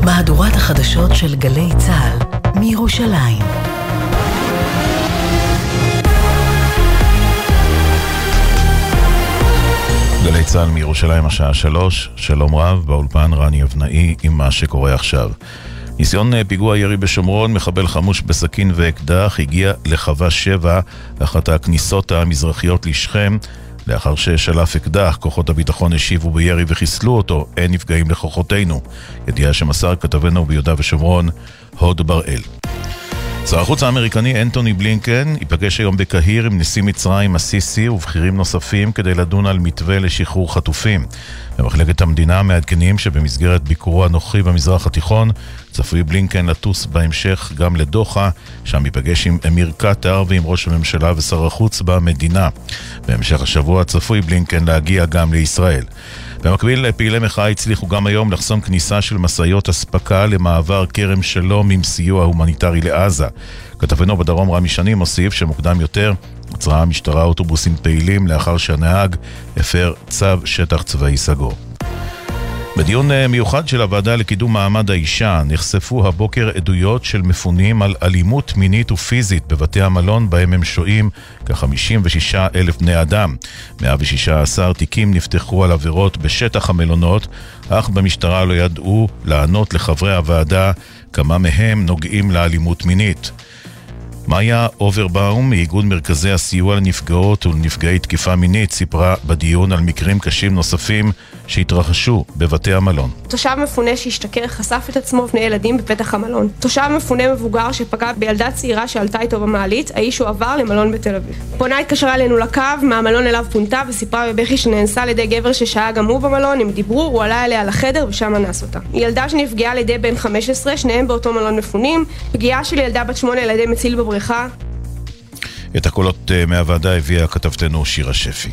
מהדורת החדשות של גלי צהל מירושלים. גלי צהל מירושלים השעה 3, שלום רב, באולפן רני אבנאי עם מה שקורה עכשיו. ניסיון פיגוע ירי בשומרון, מחבל חמוש בסכין ואקדח, הגיע לחווה 7, לאחת הכניסות המזרחיות לשכם. לאחר ששלף אקדח, כוחות הביטחון השיבו בירי וחיסלו אותו, אין נפגעים לכוחותינו. ידיעה שמסר כתבנו ביהודה ושומרון, הוד בראל. שר החוץ האמריקני אנטוני בלינקן ייפגש היום בקהיר עם נשיא מצרים הסיסי ובכירים נוספים כדי לדון על מתווה לשחרור חטופים. במחלקת המדינה מעדכנים שבמסגרת ביקורו הנוכחי במזרח התיכון צפוי בלינקן לטוס בהמשך גם לדוחה, שם ייפגש עם אמיר קטר ועם ראש הממשלה ושר החוץ במדינה. בהמשך השבוע צפוי בלינקן להגיע גם לישראל. במקביל, פעילי מחאה הצליחו גם היום לחסום כניסה של מסעיות אספקה למעבר כרם שלום עם סיוע הומניטרי לעזה. כתבנו בדרום רמי שני מוסיף שמוקדם יותר עצרה המשטרה אוטובוסים פעילים לאחר שהנהג הפר צו שטח צבאי סגור. בדיון מיוחד של הוועדה לקידום מעמד האישה נחשפו הבוקר עדויות של מפונים על אלימות מינית ופיזית בבתי המלון בהם הם שוהים כ-56,000 בני אדם. 116 תיקים נפתחו על עבירות בשטח המלונות, אך במשטרה לא ידעו לענות לחברי הוועדה כמה מהם נוגעים לאלימות מינית. מאיה אוברבאום מאיגוד מרכזי הסיוע לנפגעות ולנפגעי תקיפה מינית סיפרה בדיון על מקרים קשים נוספים שהתרחשו בבתי המלון. תושב מפונה שהשתכר חשף את עצמו בפני ילדים בפתח המלון. תושב מפונה מבוגר שפגע בילדה צעירה שעלתה איתו במעלית, האיש הוא עבר למלון בתל אביב. פונה התקשרה אלינו לקו מהמלון אליו פונתה וסיפרה בבכי שנאנסה על ידי גבר ששהה גם הוא במלון. הם דיברו, הוא עלה אליה לחדר ושם אנס אותה. ילדה שנפגעה על ידי בן 15, שניהם באותו מלון מפונים. פגיעה של ילדה בת 8 על ידי מציל בבריכה. את הקולות מהוועדה הביאה כתבתנו שירה שפי.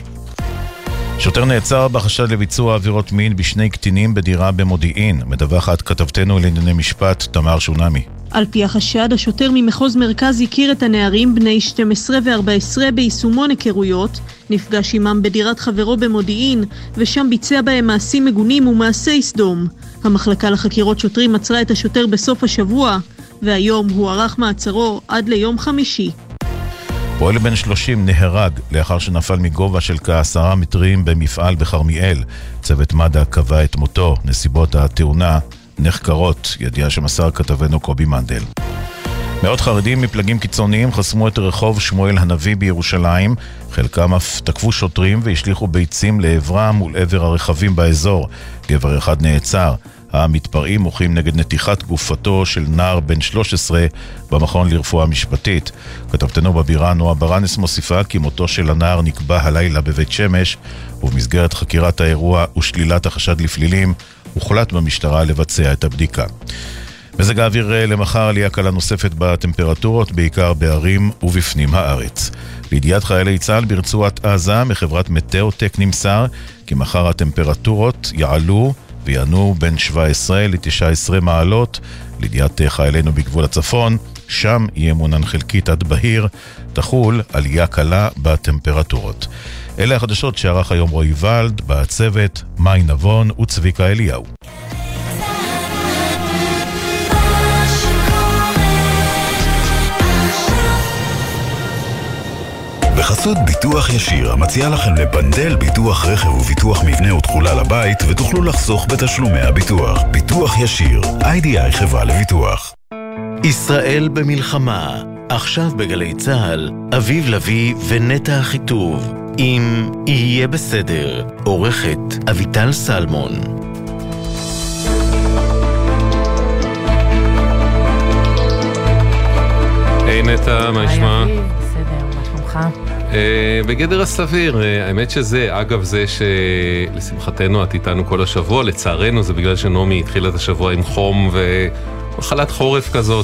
שוטר נעצר בחשד לביצוע עבירות מין בשני קטינים בדירה במודיעין. מדווחת כתבתנו לענייני משפט תמר שונמי. על פי החשד, השוטר ממחוז מרכז הכיר את הנערים בני 12 ו-14 ביישומון היכרויות, נפגש עמם בדירת חברו במודיעין, ושם ביצע בהם מעשים מגונים ומעשי סדום. המחלקה לחקירות שוטרים עצרה את השוטר בסוף השבוע, והיום הוא ערך מעצרו עד ליום חמישי. פועל בן 30 נהרג לאחר שנפל מגובה של כ10 מטרים במפעל בחרמיאל. צוות מד"א קבע את מותו. נסיבות התאונה נחקרות. ידיעה שמסר כתבנו קובי מנדל. מאות חרדים מפלגים קיצוניים חסמו את רחוב שמואל הנביא בירושלים. חלקם אף תקפו שוטרים והשליחו ביצים לעברם ולעבר הרכבים באזור. גבר אחד נעצר. המתפרעים מוחים נגד נתיחת גופתו של נער בן 13 במכון לרפואה משפטית. כתבתנו בבירה נועה ברנס מוסיפה כי מותו של הנער נקבע הלילה בבית שמש, ובמסגרת חקירת האירוע ושלילת החשד לפלילים הוחלט במשטרה לבצע את הבדיקה. מזג האוויר למחר עלייה קלה נוספת בטמפרטורות, בעיקר בערים ובפנים הארץ. לידיעת חיילי צה"ל ברצועת עזה מחברת מטאוטק נמסר כי מחר הטמפרטורות יעלו ויענו בין 17 ל-19 מעלות. לידיעת חיילינו בגבול הצפון, שם יהיה מונן חלקית עד בהיר, תחול עלייה קלה בטמפרטורות. אלה החדשות שערך היום רועי ולד, בצוות מאי נבון וצביקה אליהו. בחסות ביטוח ישיר, המציע לכם לבנדל ביטוח רכב וביטוח מבנה ותכולה לבית, ותוכלו לחסוך בתשלומי הביטוח. ביטוח ישיר, IDI חברה לביטוח. ישראל במלחמה, עכשיו בגלי צהל, אביב לוי ונטע החיטוב, אם יהיה בסדר, עורכת אביטל סלמון. היי נטע, מה ישמע? בסדר, מה שלומך? בגדר הסביר, האמת שזה, אגב זה שלשמחתנו את איתנו כל השבוע, לצערנו זה בגלל שנומי התחילה את השבוע עם חום ומחלת חורף כזאת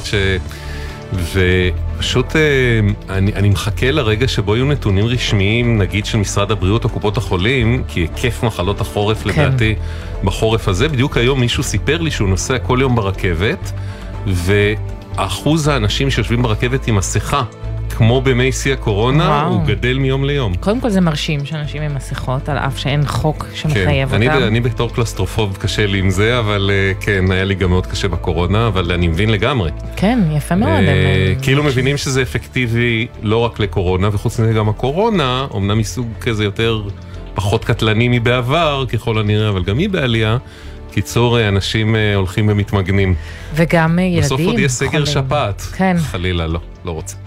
ופשוט אני מחכה לרגע שבו יהיו נתונים רשמיים, נגיד של משרד הבריאות או קופות החולים, כי היקף מחלות החורף לדעתי בחורף הזה, בדיוק היום מישהו סיפר לי שהוא נוסע כל יום ברכבת, ואחוז האנשים שיושבים ברכבת עם מסכה כמו בימי שיא הקורונה, הוא גדל מיום ליום. קודם כל זה מרשים שאנשים עם מסכות, על אף שאין חוק שמחייב אותם. אני בתור קלסטרופוב קשה לי עם זה, אבל כן, היה לי גם מאוד קשה בקורונה, אבל אני מבין לגמרי. כן, יפה מאוד. כאילו מבינים שזה אפקטיבי לא רק לקורונה, וחוץ מזה גם הקורונה, אמנם מסוג כזה יותר פחות קטלני מבעבר, ככל הנראה, אבל גם היא בעלייה, קיצור, אנשים הולכים ומתמגנים. וגם ילדים. בסוף עוד יהיה סגר שפעת. כן. חלילה, לא רוצה.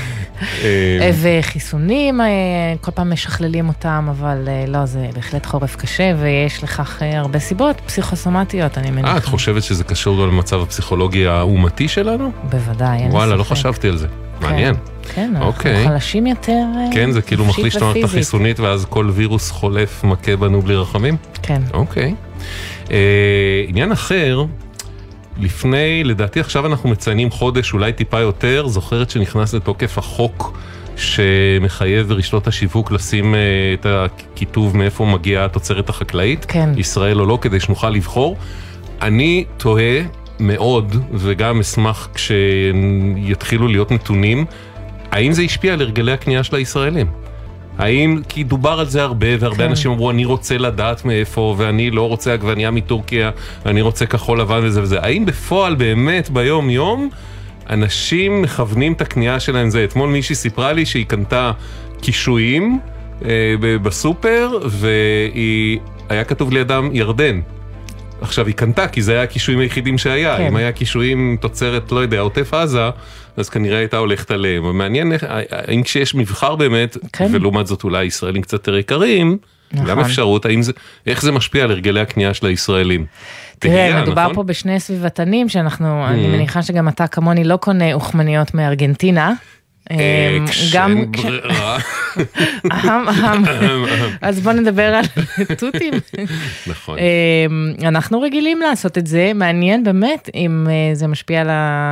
וחיסונים, כל פעם משכללים אותם, אבל לא, זה בהחלט חורף קשה, ויש לכך הרבה סיבות פסיכוסומטיות, אני מניחה. את חושבת שזה קשור למצב הפסיכולוגי האומתי שלנו? בוודאי, אין לי ספק. וואלה, לא חשבתי על זה. מעניין. כן, אנחנו חלשים יותר כן, זה כאילו מחליש את המערכת החיסונית, ואז כל וירוס חולף מכה בנו בלי רחמים? כן. אוקיי. עניין אחר, לפני, לדעתי עכשיו אנחנו מציינים חודש, אולי טיפה יותר, זוכרת שנכנס לתוקף החוק שמחייב ברשתות השיווק לשים את הכיתוב מאיפה מגיעה התוצרת החקלאית, כן. ישראל או לא, כדי שנוכל לבחור. אני תוהה מאוד, וגם אשמח כשיתחילו להיות נתונים, האם זה השפיע על הרגלי הקנייה של הישראלים? האם, כי דובר על זה הרבה, והרבה אנשים אמרו, אני רוצה לדעת מאיפה, ואני לא רוצה עגבנייה מטורקיה, אני רוצה כחול לבן וזה וזה. האם בפועל באמת ביום יום, אנשים מכוונים את הקנייה שלהם זה? אתמול מישהי סיפרה לי שהיא קנתה קישואים בסופר, והיה כתוב לידם ירדן. עכשיו היא קנתה, כי זה היה הקישואים היחידים שהיה. אם היה קישואים תוצרת, לא יודע, עוטף עזה, אז כנראה הייתה הולכת עליהם. מעניין, האם כשיש מבחר באמת, ולעומת זאת אולי ישראלים קצת יותר יקרים, גם אפשרות, איך זה משפיע על הרגלי הקנייה של הישראלים? תראה, מדובר פה בשני סביבתנים, שאנחנו, אני מניחה שגם אתה כמוני לא קונה אוכמניות מארגנטינה, כשאין ברירה. אז בוא נדבר על תותים. נכון. אנחנו רגילים לעשות את זה, מעניין באמת אם זה משפיע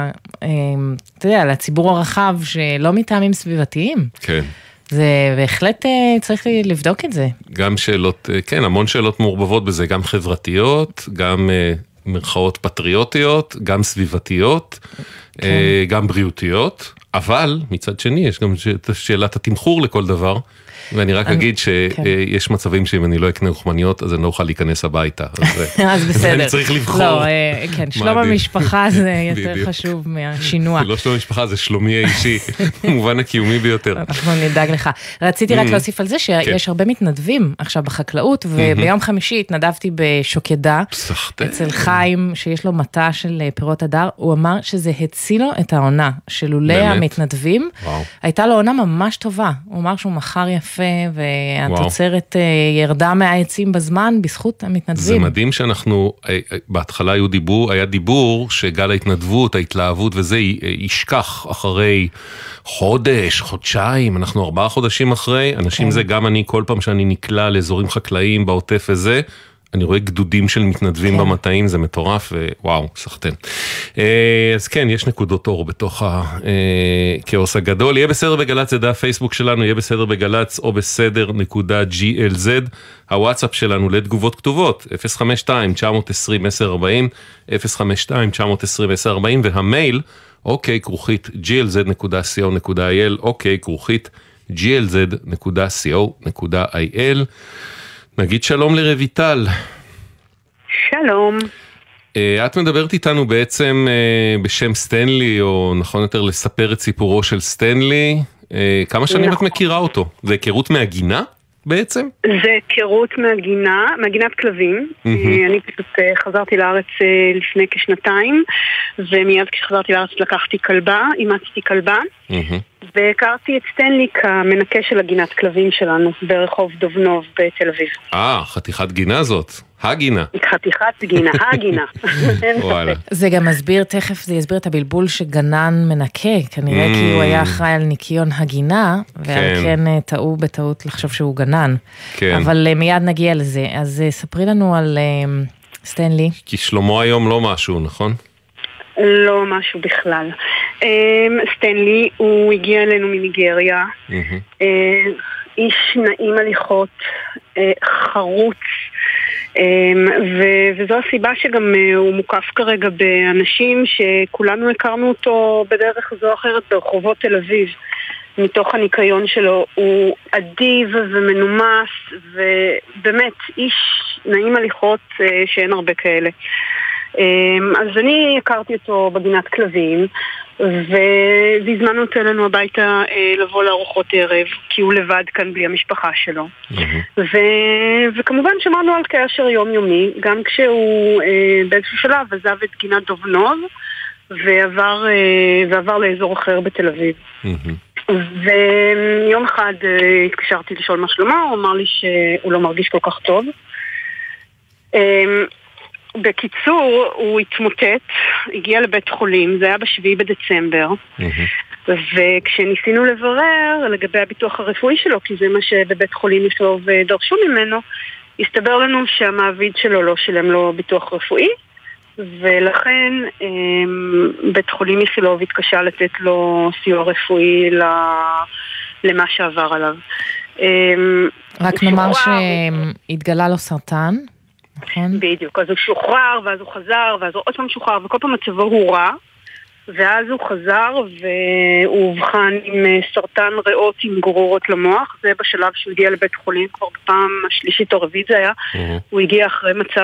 על הציבור הרחב שלא מטעמים סביבתיים. כן. זה בהחלט צריך לבדוק את זה. גם שאלות, כן, המון שאלות מעורבבות בזה, גם חברתיות, גם מרכאות פטריוטיות, גם סביבתיות, גם בריאותיות. אבל מצד שני יש גם שאלת התמחור לכל דבר, ואני רק אגיד שיש מצבים שאם אני לא אקנה אוכמניות, אז אני לא אוכל להיכנס הביתה. אז בסדר. אני צריך לבחור. לא, כן, שלום המשפחה זה יותר חשוב מהשינוע. לא שלום המשפחה, זה שלומי האישי, במובן הקיומי ביותר. אנחנו נדאג לך. רציתי רק להוסיף על זה שיש הרבה מתנדבים עכשיו בחקלאות, וביום חמישי התנדבתי בשוקדה, אצל חיים, שיש לו מטע של פירות הדר, הוא אמר שזה הציל לו את העונה, שלולא המתנדבים, הייתה לו עונה ממש טובה. הוא אמר שהוא מחר יפה, והתוצרת ירדה מהעצים בזמן, בזכות המתנדבים. זה מדהים שאנחנו, בהתחלה היה דיבור, שגל ההתנדבות, ההתלהבות וזה, ישכח אחרי חודש, חודשיים, אנחנו 4 חודשים אחרי, אנשים זה גם אני, כל פעם שאני נקלע לאזורים חקלאיים, בעוטף וזה, אני רואה גדודים של מתנדבים במטעים, זה מטורף, ווואו, סחטן. אז כן, יש נקודות אור בתוך הכאוס הגדול. יהיה בסדר בגלץ, זה דף פייסבוק שלנו, יהיה בסדר בגלץ או בסדר.glz. הוואטסאפ שלנו לתגובות כתובות, 052-920-1040, 052-920-1040, והמייל, ok@glz.co.il, ok@glz.co.il. נגיד שלום לרויטל. שלום. את מדברת איתנו בעצם בשם סטנלי, או נכון יותר לספר את סיפורו של סטנלי. כמה שנים את מכירה אותו? זה היכרות מהגינה בעצם? זה היכרות מהגינת כלבים. אני פשוט חזרתי לארץ לפני כשנתיים, ומיד כשחזרתי לארץ לקחתי כלבה, אימצתי כלבה. והכרתי את סטנלי כמנקה של הגינת כלבים שלנו ברחוב דובנוב בתל אביב. חתיכת גינה זאת, הגינה. חתיכת גינה, הגינה. זה גם מסביר, תכף זה יסביר את הבלבול שגנן מנקה, כנראה כי הוא היה אחראי על ניקיון הגינה, ועל כן טעו בטעות לחשוב שהוא גנן. אבל מיד נגיע לזה, אז ספרי לנו על סטנלי. כי שלמה היום לא משהו, נכון? לא משהו בכלל. סטנלי, הוא הגיע אלינו מניגריה, איש נעים הליכות, חרוץ, וזו הסיבה שגם הוא מוקף כרגע באנשים שכולנו הכרנו אותו בדרך זו או אחרת ברחובות תל אביב. מתוך הניקיון שלו, הוא אדיב ומנומס, ובאמת איש נעים הליכות שאין הרבה כאלה. אז אני הכרתי אותו בגינת כלבים, והזמנו אותו אלינו הביתה לבוא לארוחות ערב, כי הוא לבד כאן בלי המשפחה שלו. וכמובן שמענו על קשר יומיומי, גם כשהוא באיזשהו שלב עזב את גינת דובנוב, ועבר לאזור אחר בתל אביב. ויום אחד התקשרתי לשאול מה שלמה, הוא אמר לי שהוא לא מרגיש כל כך טוב. בקיצור, הוא התמוטט, הגיע לבית חולים, זה היה ב7 בדצמבר, וכשניסינו לברר לגבי הביטוח הרפואי שלו, כי זה מה שבבית חולים איכילוב דרשו ממנו, הסתבר לנו שהמעביד שלו לא שילם לו ביטוח רפואי, ולכן בית חולים איכילוב התקשה לתת לו סיוע רפואי למה שעבר עליו. רק נאמר שהתגלה לו סרטן, נכון? בדיוק, אז הוא שוחרר, ואז הוא חזר, ואז הוא עוד פעם שוחרר, וכל פעם מצבו הוא רע, ואז הוא חזר, והוא הובחן עם סרטן ריאות עם גרורות למוח, זה בשלב שהוא הגיע לבית חולים, כבר בפעם השלישית או רביעית זה היה, הוא הגיע אחרי מצב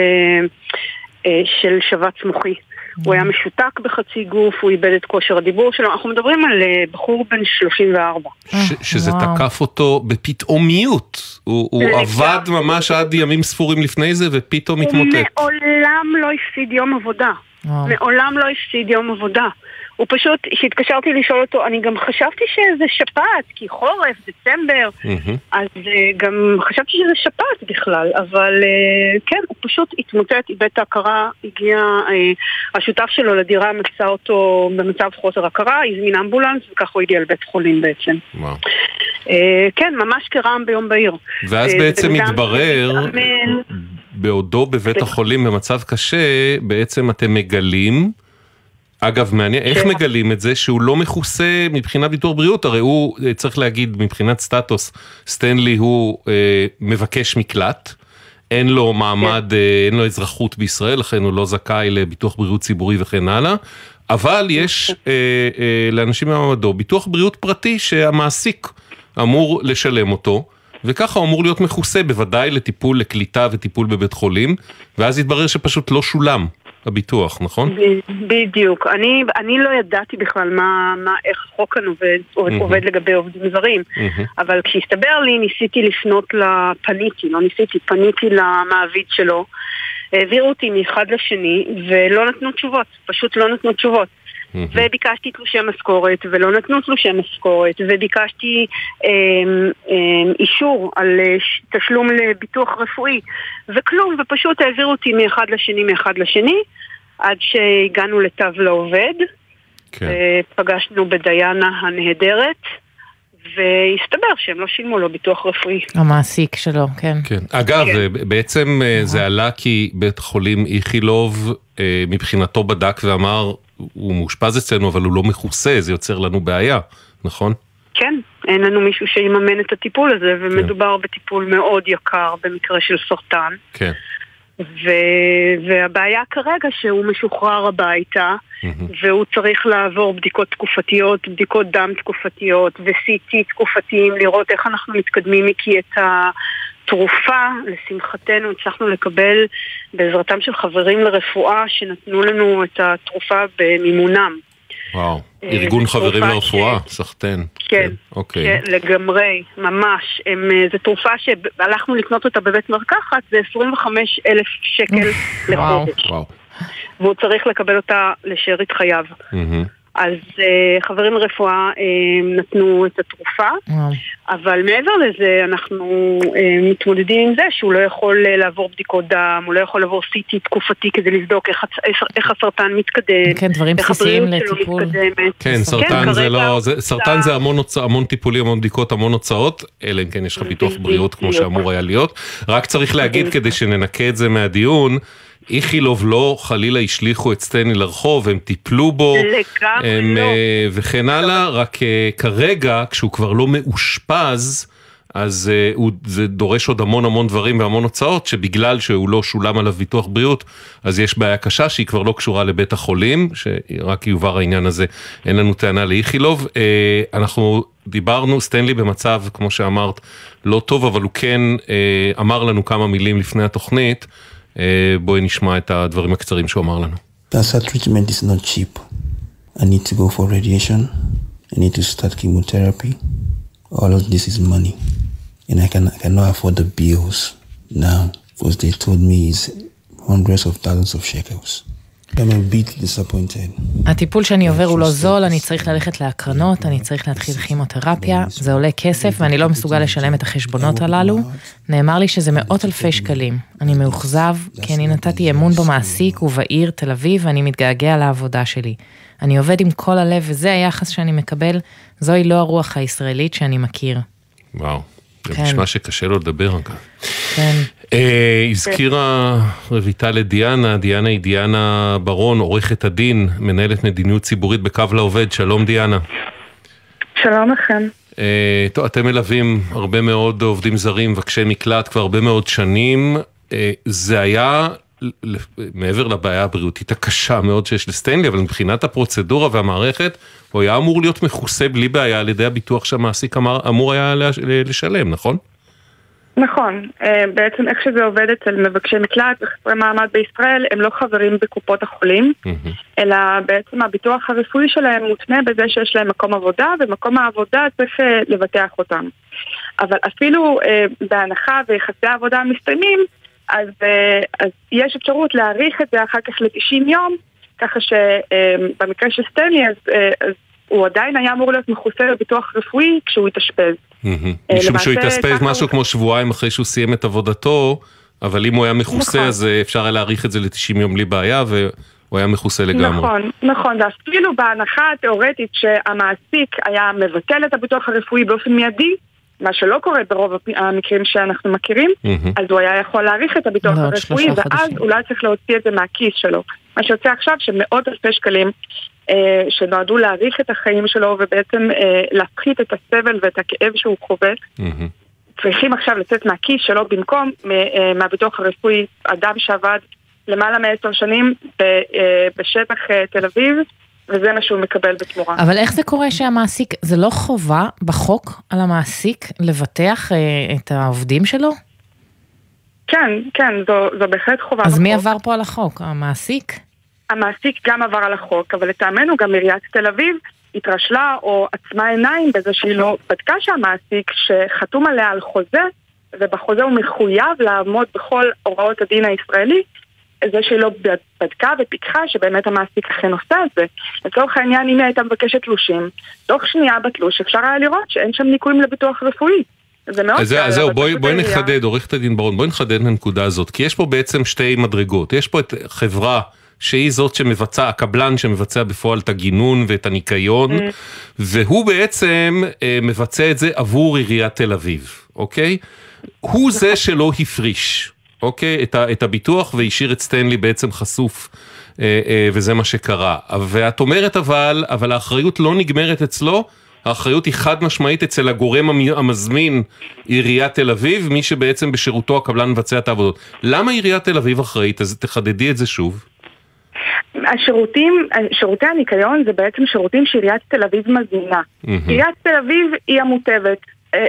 של שבץ מוחי. הוא היה משותק בחצי גוף, הוא איבד את כושר הדיבור שלו. אנחנו מדברים על בחור בן 34. שזה תקף אותו בפתאומיות. הוא עבד ממש עד ימים ספורים לפני זה, ופתאום התמוטט. הוא מעולם לא הפסיד יום עבודה. מעולם לא הפסיד יום עבודה. הוא פשוט, כשהתקשרתי לשאול אותו, אני גם חשבתי שזה שפעת, כי חורף, דצמבר, אז גם חשבתי שזה שפעת בכלל, אבל כן, הוא פשוט התמוטט, איבד את ההכרה, הגיע, השותף שלו לדירה מצא אותו במצב חוסר הכרה, הזמין אמבולנס, וכך הוא הגיע לבית חולים בעצם. כן, ממש כרעם ביום בהיר. ואז בעצם מתברר, בעודו בבית החולים במצב קשה, בעצם אתם מגלים, אגב, מעניין, איך מגלים את זה שהוא לא מכוסה מבחינת ביטוח בריאות? הרי הוא, צריך להגיד, מבחינת סטטוס, סטנלי הוא מבקש מקלט, אין לו מעמד, אין לו אזרחות בישראל, לכן הוא לא זכאי לביטוח בריאות ציבורי וכן הלאה, אבל יש לאנשים במעמדו ביטוח בריאות פרטי שהמעסיק אמור לשלם אותו, וככה הוא אמור להיות מכוסה בוודאי לטיפול, לקליטה וטיפול בבית חולים, ואז התברר שפשוט לא שולם הביטוח, נכון? בדיוק. אני לא ידעתי בכלל איך החוק כאן עובד לגבי עובדים זרים, אבל כשהסתבר לי ניסיתי לפנות פניתי למעביד שלו, העבירו אותי מאחד לשני ולא נתנו תשובות, פשוט לא נתנו תשובות. וביקשתי תלושי משכורת ולא נתנו תלושי משכורת, וביקשתי אישור על תשלום לביטוח רפואי וכלום, ופשוט העבירו אותי מאחד לשני עד שהגענו לתו לעובד, פגשנו בדיינה הנהדרת, והסתבר שהם לא שילמו לו ביטוח רפואי. המעסיק שלו, כן. אגב, בעצם זה עלה כי בית חולים איכילוב מבחינתו בדק ואמר, הוא מאושפז אצלנו, אבל הוא לא מכוסה, זה יוצר לנו בעיה, נכון? כן, אין לנו מישהו שיממן את הטיפול הזה, ומדובר בטיפול מאוד יקר במקרה של סרטן. כן. והבעיה כרגע שהוא משוחרר הביתה, והוא צריך לעבור בדיקות תקופתיות, בדיקות דם תקופתיות ו-CT תקופתיים, לראות איך אנחנו מתקדמים, כי את התרופה, לשמחתנו, הצלחנו לקבל בעזרתם של חברים לרפואה שנתנו לנו את התרופה במימונם. וואו, ארגון חברים לרפואה, סחטן. כן, לגמרי, ממש. זו תרופה שהלכנו לקנות אותה בבית מרקחת, זה 25,000 שקל לחודש. והוא צריך לקבל אותה לשארית חייו. אז חברים לרפואה נתנו את התרופה, אבל מעבר לזה אנחנו מתמודדים עם זה שהוא לא יכול לעבור בדיקות דם, הוא לא יכול לעבור CT תקופתי כדי לבדוק איך הסרטן מתקדם, כן, דברים בסיסיים לטיפול. כן, סרטן זה המון טיפולים, המון בדיקות, המון הוצאות, אלא אם כן יש לך ביטוח בריאות כמו שאמור היה להיות. רק צריך להגיד כדי שננקה את זה מהדיון, איכילוב לא חלילה השליחו את סטנלי לרחוב, הם טיפלו בו וכן הלאה, רק כרגע כשהוא כבר לא מאושפז, אז זה דורש עוד המון דברים והמון הוצאות, שבגלל שהוא לא שולם עליו ביטוח בריאות, אז יש בעיה קשה שהיא כבר לא קשורה לבית החולים, שרק יובהר העניין הזה, אין לנו טענה לאיכילוב. אנחנו דיברנו, סטנלי במצב, כמו שאמרת, לא טוב, אבל הוא כן אמר לנו כמה מילים לפני התוכנית, בואי נשמע את הדברים הקצרים שהוא אמר לנו. Cancer treatment is not cheap. I need to go for radiation. I need to start chemotherapy. All of this is money. And I cannot afford the bills now. Because they told me it's hundreds of thousands of shekels. I'm a bit disappointed. הטיפול שאני עובר הוא לא זול, אני צריך ללכת להקרנות, אני צריך להתחיל כימותרפיה, זה עולה כסף ואני לא מסוגל לשלם את החשבונות הללו. נאמר לי שזה מאות אלפי שקלים. אני מאוכזב כי אני נתתי אמון במעסיק ובעיר תל אביב ואני מתגעגע לעבודה שלי. אני עובד עם כל הלב וזה היחס שאני מקבל, זוהי לא הרוח הישראלית שאני מכיר. וואו, זה נשמע שקשה לו לדבר רגע. כן. הזכירה רויטל את דיאנה, דיאנה היא דיאנה ברון, עורכת הדין, מנהלת מדיניות ציבורית בקו לעובד, שלום דיאנה. שלום לכם. טוב, אתם מלווים הרבה מאוד עובדים זרים, מבקשי מקלט כבר הרבה מאוד שנים, זה היה מעבר לבעיה הבריאותית הקשה מאוד שיש לסטנלי, אבל מבחינת הפרוצדורה והמערכת, הוא היה אמור להיות מכוסה בלי בעיה על ידי הביטוח שהמעסיק אמור היה לשלם, נכון? נכון, בעצם איך שזה עובד אצל מבקשי מקלט וחסרי מעמד בישראל, הם לא חברים בקופות החולים, אלא בעצם הביטוח הרפואי שלהם מותנה בזה שיש להם מקום עבודה, ומקום העבודה צריך לבטח אותם. אבל אפילו בהנחה ויחסי העבודה מסתיימים, אז יש אפשרות להאריך את זה אחר כך ל-90 יום, ככה שבמקרה של סטנלי, אז הוא עדיין היה אמור להיות מכוסה לביטוח רפואי כשהוא התאשפז. משום שהוא התאשפז משהו כמו שבועיים אחרי שהוא סיים את עבודתו, אבל אם הוא היה מכוסה אז אפשר היה להאריך את זה ל-90 יום בלי בעיה, והוא היה מכוסה לגמרי. נכון, ואפילו בהנחה התיאורטית שהמעסיק היה מבטל את הביטוח הרפואי באופן מיידי, מה שלא קורה ברוב המקרים שאנחנו מכירים, אז הוא היה יכול להאריך את הביטוח הרפואי, ואז אולי צריך להוציא את זה מהכיס שלו. מה שיוצא עכשיו שמאות אלפי שקלים שנועדו להאריך את החיים שלו ובעצם להפחית את הסבל ואת הכאב שהוא חווה, צריכים עכשיו לצאת מהכיס שלו במקום מהביטוח הרפואי. אדם שעבד למעלה מ10 שנים בשטח תל אביב, וזה מה שהוא מקבל בתמורה. אבל איך זה קורה שהמעסיק, זה לא חובה בחוק על המעסיק לבטח את העובדים שלו? כן, זו בהחלט חובה. אז מי עבר פה על החוק? המעסיק? המעסיק גם עבר על החוק, אבל לטעמנו גם עיריית תל אביב התרשלה או עצמה עיניים בזה שהיא לא בדקה שהמעסיק שחתום עליה על חוזה, ובחוזה הוא מחויב לעמוד בכל הוראות הדין הישראלי, זה שהיא לא בדקה ופיקחה שבאמת המעסיק אכן עושה את זה. לצורך העניין, אם היא הייתה מבקשת תלושים, תוך שנייה בתלוש אפשר היה לראות שאין שם ניקויים לביטוח רפואי. זה מאוד קל. אז זהו, בואי נחדד, עורכת הדין ברון, בואי נחדד לנקודה הזאת, כי יש פה בעצם שתי מדרגות. יש פה את חברה שהיא זאת שמבצע, הקבלן שמבצע בפועל את הגינון ואת הניקיון, והוא בעצם מבצע את זה עבור עיריית תל אביב, אוקיי? הוא זה שלא הפריש, אוקיי? את הביטוח והשאיר את סטנלי בעצם חשוף, וזה מה שקרה. ואת אומרת אבל האחריות לא נגמרת אצלו, האחריות היא חד משמעית אצל הגורם המזמין עיריית תל אביב, מי שבעצם בשירותו הקבלן מבצע את העבודות. למה עיריית תל אביב אחראית? אז תחדדי את זה שוב. שירותי הניקיון זה בעצם שירותים שעיריית תל אביב מזמינה. עיריית תל אביב היא המוטבת.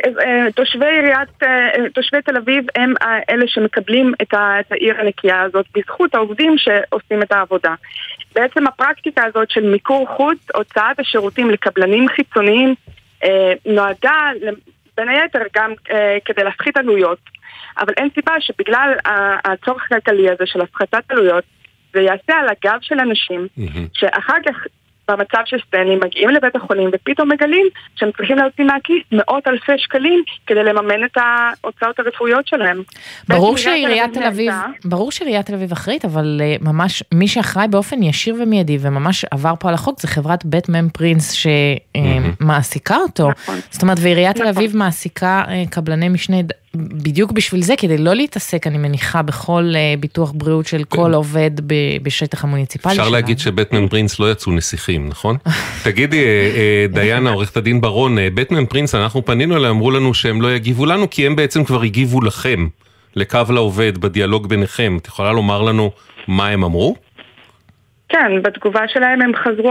תושבי תל אביב הם אלה שמקבלים את העיר הנקייה הזאת בזכות העובדים שעושים את העבודה. בעצם הפרקטיקה הזאת של מיקור חוץ, הוצאת השירותים לקבלנים חיצוניים, נועדה בין היתר גם כדי להפחית עלויות. אבל אין סיבה שבגלל הצורך הכלכלי הזה של הפחתת עלויות, זה יעשה על הגב של אנשים שאחר כך במצב של סטנלי מגיעים לבית החולים ופתאום מגלים שהם צריכים להוציא מהכיס מאות אלפי שקלים כדי לממן את ההוצאות הרפואיות שלהם. ברור שעיריית תל אביב אחראית, אבל ממש מי שאחראי באופן ישיר ומיידי וממש עבר פה על החוק זה חברת בית מם פרינס שמעסיקה אותו. זאת אומרת, ועיריית תל אביב מעסיקה קבלני משנה בדיוק בשביל זה, כדי לא להתעסק, אני מניחה, בכל ביטוח בריאות של כל עובד בשטח המוניציפלי שלנו. אפשר להגיד שבית מם פרינס לא יצאו נסיכים, נכון? תגידי, דיינה, עורכת הדין ברון, בית מם פרינס, אנחנו פנינו אליהם, אמרו לנו שהם לא יגיבו לנו, כי הם בעצם כבר הגיבו לכם, לקו לעובד, בדיאלוג ביניכם. את יכולה לומר לנו מה הם אמרו? כן, בתגובה שלהם הם חזרו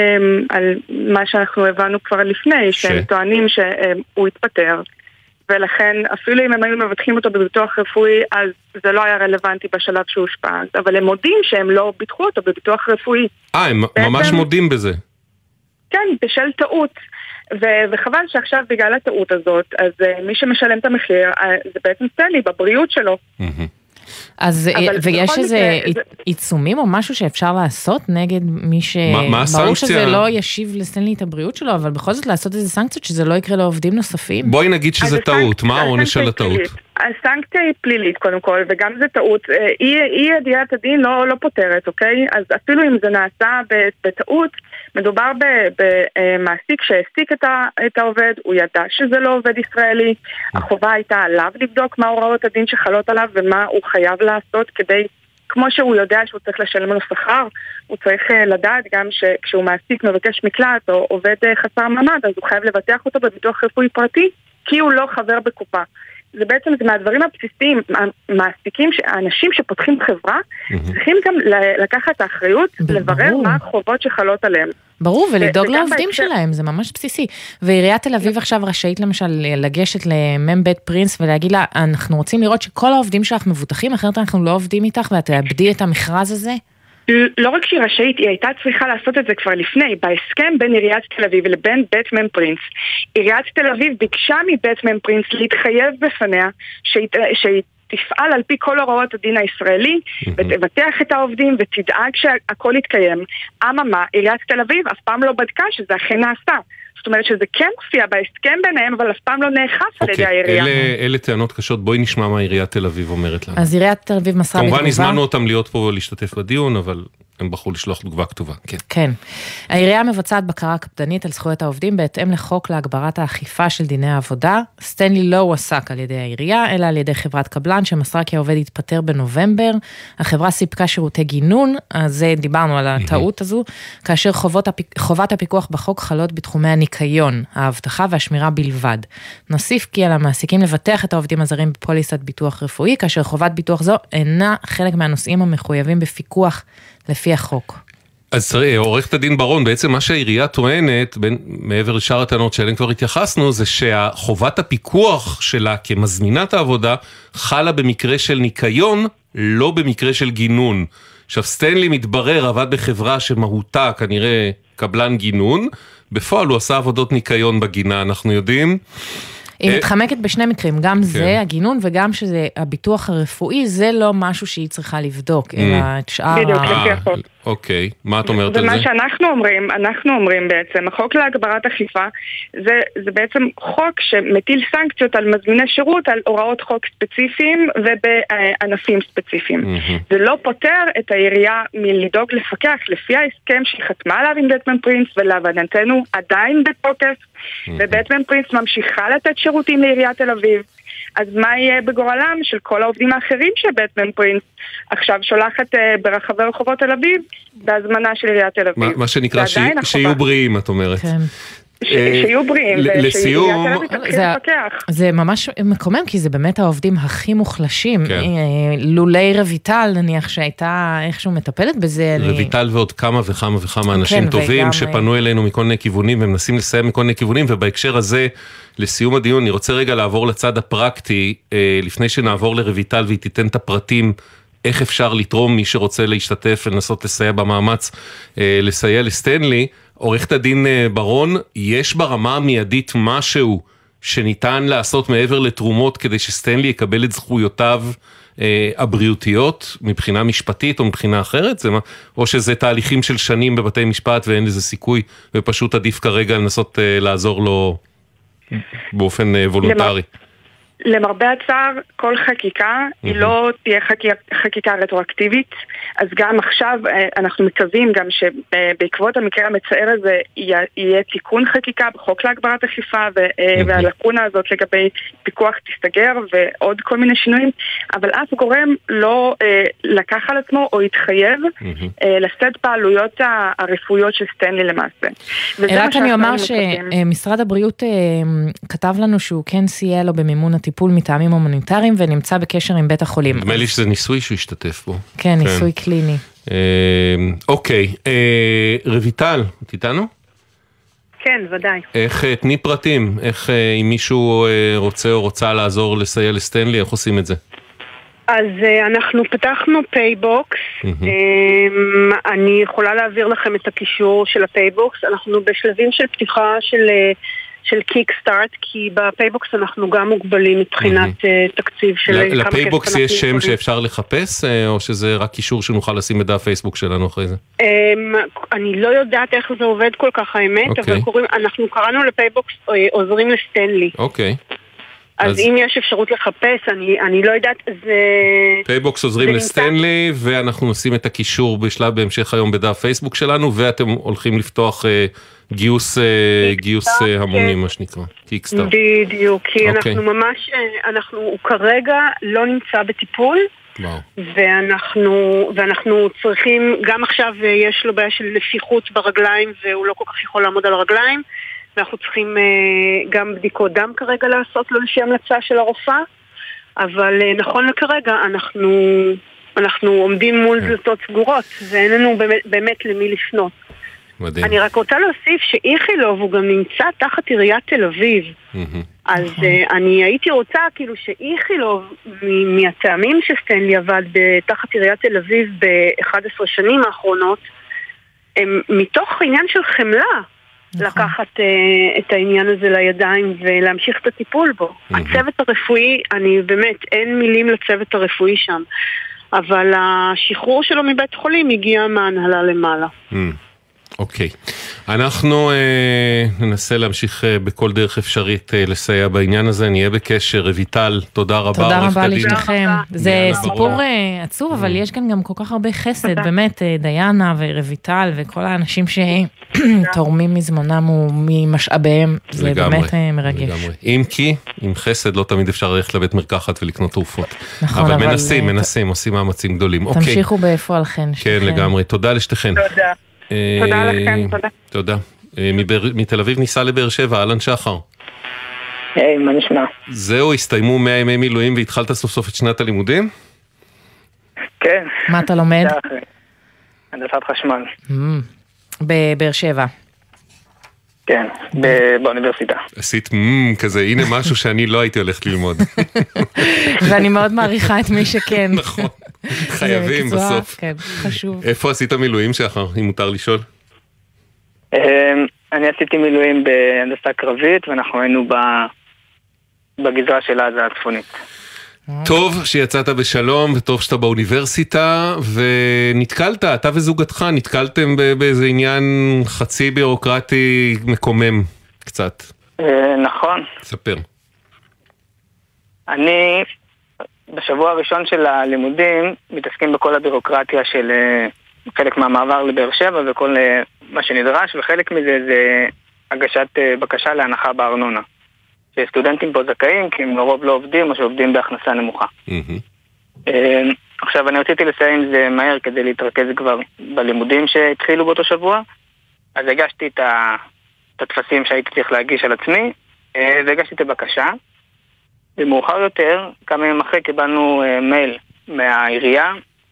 על מה שאנחנו הבנו כבר לפני, שהם טוענים שהוא התפטר, ולכן אפילו אם הם היו מבטחים אותו בביטוח רפואי, אז זה לא היה רלוונטי בשלב שהוא הושפע, אבל הם מודים שהם לא ביטחו אותו בביטוח רפואי. הם ממש מודים בזה. כן, בשל טעות. וחבל שעכשיו בגלל הטעות הזאת, אז מי שמשלם את המחיר, זה בעצם סטנלי בבריאות שלו. אז, ויש איזה עיצומים או משהו שאפשר לעשות נגד מי ברור שזה לא ישיב לסטנלי את הבריאות שלו, אבל בכל זאת לעשות איזה סנקציות שזה לא יקרה לעובדים נוספים? בואי נגיד שזה טעות, מה העונש על הטעות? הסנקציה היא פלילית קודם כל, וגם זה טעות, אי ידיעת הדין לא פותרת, אוקיי? אז אפילו אם זה נעשה בטעות, מדובר במעסיק שהעסיק את העובד, הוא ידע שזה לא עובד ישראלי, החובה הייתה עליו לבדוק מה הוראות הדין שחלות עליו ומה הוא חייב לעשות כדי, כמו שהוא יודע שהוא צריך לשלם לו שכר, הוא צריך לדעת גם שכשהוא מעסיק מבקש מקלט או עובד חסר מעמד, אז הוא חייב לבטח אותו בביטוח רפואי פרטי, כי הוא לא חבר בקופה. זה בעצם מהדברים הבסיסיים, מעסיקים, האנשים שפותחים חברה, צריכים גם לקחת את האחריות, לברר מה החובות שחלות עליהם. ברור, ולדאוג לעובדים שלהם, זה ממש בסיסי. ועיריית תל אביב עכשיו רשאית למשל לגשת למם בית פרינס ולהגיד לה, אנחנו רוצים לראות שכל העובדים שלך מבוטחים, אחרת אנחנו לא עובדים איתך, ואת תאבדי את המכרז הזה? לא רק שהיא רשאית, היא הייתה צריכה לעשות את זה כבר לפני, בהסכם בין עיריית תל אביב לבין בית מם פרינס. עיריית תל אביב ביקשה מבית מם פרינס להתחייב בפניה שהיא תפעל על פי כל הוראות הדין הישראלי, ותבטח את העובדים ותדאג שהכל יתקיים. אממה, עיריית תל אביב אף פעם לא בדקה שזה אכן נעשה. זאת אומרת שזה כן מופיע בהסכם ביניהם, אבל אף פעם לא נאכף על ידי העירייה. אלה טענות קשות, בואי נשמע מה עיריית תל אביב אומרת לנו. אז עיריית תל אביב מסרה בתגובה. כמובן הזמנו אותם להיות פה ולהשתתף בדיון, אבל הם בחרו לשלוח תגובה כתובה. כן. העירייה מבצעת בקרה קפדנית על זכויות העובדים בהתאם לחוק להגברת האכיפה של דיני העבודה. סטנלי לא הועסק על ידי העירייה, אלא על ידי חברת קבלן שמסרה כי העובד התפטר בנובמבר. החברה סיפקה שירותי גינון, אז דיברנו על הטעות הזו, כאשר חובת הפיקוח בחוק חלות בתחומי הניקיון, האבטחה והשמירה בלבד. נוסיף כי על המעסיקים לבטח את העובדים הזרים בפוליסת ביטוח רפואי, כאשר חובת ביטוח זו אינה חלק מהנושאים המחויבים בפיקוח לפי החוק. אז תראי, עורכת הדין ברון, בעצם מה שהעירייה טוענת, מעבר לשאר הטענות שאליהן כבר התייחסנו, זה שחובת הפיקוח שלה כמזמינת העבודה, חלה במקרה של ניקיון, לא במקרה של גינון. עכשיו, סטנלי מתברר, עבד בחברה שמהותה כנראה קבלן גינון, בפועל הוא עשה עבודות ניקיון בגינה, אנחנו יודעים. היא מתחמקת בשני מקרים, גם זה, הגינון, וגם שזה הביטוח הרפואי, זה לא משהו שהיא צריכה לבדוק, אלא את שאר... בדיוק, לפי החוק. אוקיי, מה את אומרת על זה? ומה שאנחנו אומרים בעצם, החוק להגברת אכיפה, זה בעצם חוק שמטיל סנקציות על מזמיני שירות, על הוראות חוק ספציפיים ובענפים ספציפיים. זה לא פותר את העירייה מלדאוג לפקח לפי ההסכם שהיא חתמה עליו עם בית מם פרינס, ולהבנתנו עדיין בתוקף, ובית מם פרינס ממשיכה לתת שירותים לעיריית תל אביב. אז מה יהיה בגורלם של כל העובדים האחרים שבית מם פרינס עכשיו שולחת ברחבי רחובות תל אביב בהזמנה של עיריית תל אביב? מה שנקרא שיהיו בריאים, את אומרת. כן. שיהיו בריאים, לסיום, זה ממש מקומם, כי זה באמת העובדים הכי מוחלשים. לולי רויטל, נניח שהייתה איכשהו מטפלת בזה. רויטל ועוד כמה וכמה וכמה אנשים טובים שפנו אלינו מכל מיני כיוונים, ומנסים לסיים מכל מיני כיוונים, ובהקשר הזה, לסיום הדיון, אני רוצה רגע לעבור לצד הפרקטי, לפני שנעבור לרויטל והיא תיתן את הפרטים, איך אפשר לתרום מי שרוצה להשתתף ולנסות לסייע במאמץ, לסייע לסטנלי. עורכת הדין ברון, יש ברמה המיידית משהו שניתן לעשות מעבר לתרומות כדי שסטנלי יקבל את זכויותיו הבריאותיות מבחינה משפטית או מבחינה אחרת? או שזה תהליכים של שנים בבתי משפט ואין לזה סיכוי ופשוט עדיף כרגע לנסות לעזור לו באופן וולונטרי? למרבה הצער, כל חקיקה היא לא תהיה חקיקה רטרואקטיבית, אז גם עכשיו אנחנו מקווים גם שבעקבות המקרה המצער הזה יהיה תיקון חקיקה בחוק להגברת אכיפה, והלקונה הזאת לגבי פיקוח תסתגר ועוד כל מיני שינויים, אבל אף גורם לא לקח על עצמו או התחייב לשאת פעלויות הרפואיות של סטנלי למעשה. רק אני אומר שמשרד הבריאות כתב לנו שהוא כן סייע לו במימון הטיפול מטעמים הומניטריים ונמצא בקשר עם בית החולים. נדמה לי שזה ניסוי שהוא השתתף בו. כן, ניסוי קליני. אוקיי, רויטל, את איתנו? כן, ודאי. איך, תני פרטים, איך אם מישהו רוצה או רוצה לעזור לסייע לסטנלי, איך עושים את זה? אז אנחנו פתחנו פייבוקס, אני יכולה להעביר לכם את הקישור של הפייבוקס, אנחנו בשלבים של פתיחה של קיקסטארט, כי בפייבוקס אנחנו גם מוגבלים מבחינת תקציב של... לפייבוקס יש שם שאפשר לחפש, או שזה רק קישור שנוכל לשים בדף פייסבוק שלנו אחרי זה? אני לא יודעת איך זה עובד כל כך האמת, אבל אנחנו קראנו לפייבוקס עוזרים לסטנלי. אוקיי. אז אם יש אפשרות לחפש, אני לא יודעת, זה... פייבוקס עוזרים לסטנלי, ואנחנו נשים את הקישור בשלב בהמשך היום בדף פייסבוק שלנו, ואתם הולכים לפתוח גיוס המונים, מה שנקרא, קיקסטארט. בדיוק, כי אנחנו ממש, הוא כרגע לא נמצא בטיפול, ואנחנו צריכים, גם עכשיו יש לו בעיה של נפיחות ברגליים, והוא לא כל כך יכול לעמוד על הרגליים, ואנחנו צריכים גם בדיקות דם כרגע לעשות לו לפי המלצה של הרופאה, אבל נכון לכרגע אנחנו עומדים מול דלתות סגורות, ואין לנו באמת למי לפנות. מדהים. אני רק רוצה להוסיף שאיכילוב הוא גם נמצא תחת עיריית תל אביב, אז אני הייתי רוצה כאילו שאיכילוב מהטעמים שסטנלי עבד תחת עיריית תל אביב ב-11 שנים האחרונות, הם מתוך עניין של חמלה, לקחת את העניין הזה לידיים ולהמשיך את הטיפול בו. הצוות הרפואי, אני באמת, אין מילים לצוות הרפואי שם, אבל השחרור שלו מבית חולים הגיע מהנהלה למעלה. אוקיי, אנחנו ננסה להמשיך בכל דרך אפשרית לסייע בעניין הזה, נהיה בקשר. רויטל, תודה רבה. תודה רבה לשניכם. זה סיפור עצוב, אבל יש כאן גם כל כך הרבה חסד, באמת, דיינה ורויטל וכל האנשים שתורמים מזמנם וממשאביהם, זה באמת מרגש. אם כי, עם חסד לא תמיד אפשר ללכת לבית מרקחת ולקנות תרופות. אבל מנסים, עושים מאמצים גדולים. תמשיכו בפועלכן. כן, לגמרי. תודה לשתיכן. תודה. תודה לכם, תודה. תודה. מתל אביב ניסה לבאר שבע, אלן שחר. היי, מה נשמע? זהו, הסתיימו 100 ימי מילואים והתחלת סוף סוף את שנת הלימודים? כן. מה אתה לומד? הנדסת חשמל. בבאר שבע. כן, באוניברסיטה. עשית כזה, הנה משהו שאני לא הייתי הולכת ללמוד. ואני מאוד מעריכה את מי שכן. נכון. חייבים בסוף. כן, חשוב. איפה עשית מילואים שחר, אם מותר לשאול? אני עשיתי מילואים בהנדסה קרבית, ואנחנו היינו בגזרה של עזה הצפונית. טוב שיצאת בשלום, וטוב שאתה באוניברסיטה, ונתקלת, אתה וזוגתך, נתקלתם באיזה עניין חצי בירוקרטי מקומם קצת. נכון. ספר. אני... בשבוע הראשון של הלימודים מתעסקים בכל הבירוקרטיה של חלק מהמעבר לבאר שבע וכל מה שנדרש, וחלק מזה זה הגשת בקשה להנחה בארנונה. שסטודנטים פה זכאים כי הם לרוב לא עובדים או שעובדים בהכנסה נמוכה. עכשיו אני רציתי לסיים עם זה מהר כדי להתרכז כבר בלימודים שהתחילו באותו שבוע, אז הגשתי את התפסים שהייתי צריך להגיש על עצמי, והגשתי את הבקשה. ומאוחר יותר, כמה ימים אחרי, קיבלנו מייל מהעירייה,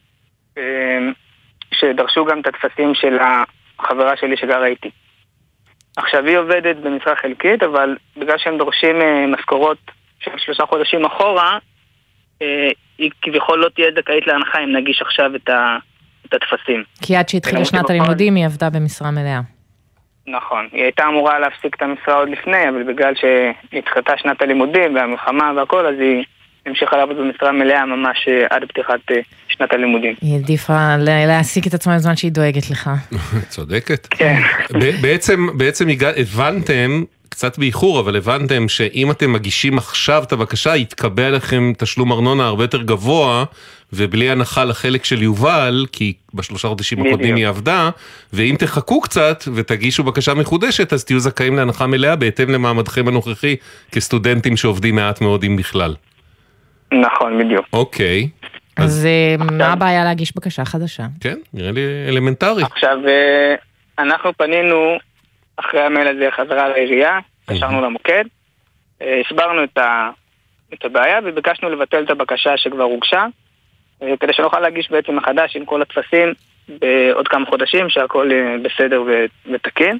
שדרשו גם את התפסים של החברה שלי שגרה איתי. עכשיו היא עובדת במשרה חלקית, אבל בגלל שהם דורשים משכורות של 3 חודשים אחורה, היא כביכול לא תהיה זכאית להנחה אם נגיש עכשיו את התפסים. כי עד שהתחילה שנת הלימודים היא עבדה במשרה מלאה. נכון, היא הייתה אמורה להפסיק את המשרה עוד לפני, אבל בגלל שהתחלתה שנת הלימודים והמלחמה והכל, אז היא המשיכה לעבוד במשרה מלאה ממש עד פתיחת שנת הלימודים. היא עדיפה להעסיק את עצמה בזמן שהיא דואגת לך. צודקת. כן. בעצם הבנתם, קצת באיחור, אבל הבנתם שאם אתם מגישים עכשיו את הבקשה, יתקבל לכם תשלום ארנונה הרבה יותר גבוה, ובלי הנחה לחלק של יובל, כי ב3 חודשים הקודמים היא עבדה, ואם תחכו קצת ותגישו בקשה מחודשת, אז תהיו זכאים להנחה מלאה, בהתאם למעמדכם הנוכחי, כסטודנטים שעובדים מעט מאוד אם בכלל. נכון, בדיוק. אוקיי. אז מה הבעיה להגיש בקשה חדשה? כן, נראה לי אלמנטרי. עכשיו, אנחנו פנינו אחרי המייל הזה חזרה לעירייה, קשרנו למוקד, הסברנו את הבעיה וביקשנו לבטל את הבקשה שכבר הוגשה, כדי שנוכל להגיש בעצם מחדש עם כל התפסים בעוד כמה חודשים שהכל בסדר ותקין.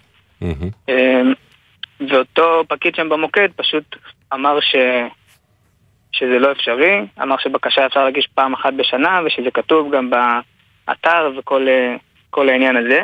ואותו פקיד שם במוקד פשוט אמר שזה לא אפשרי, אמר שבקשה אפשר להגיש פעם אחת בשנה, ושזה כתוב גם באתר וכל העניין הזה.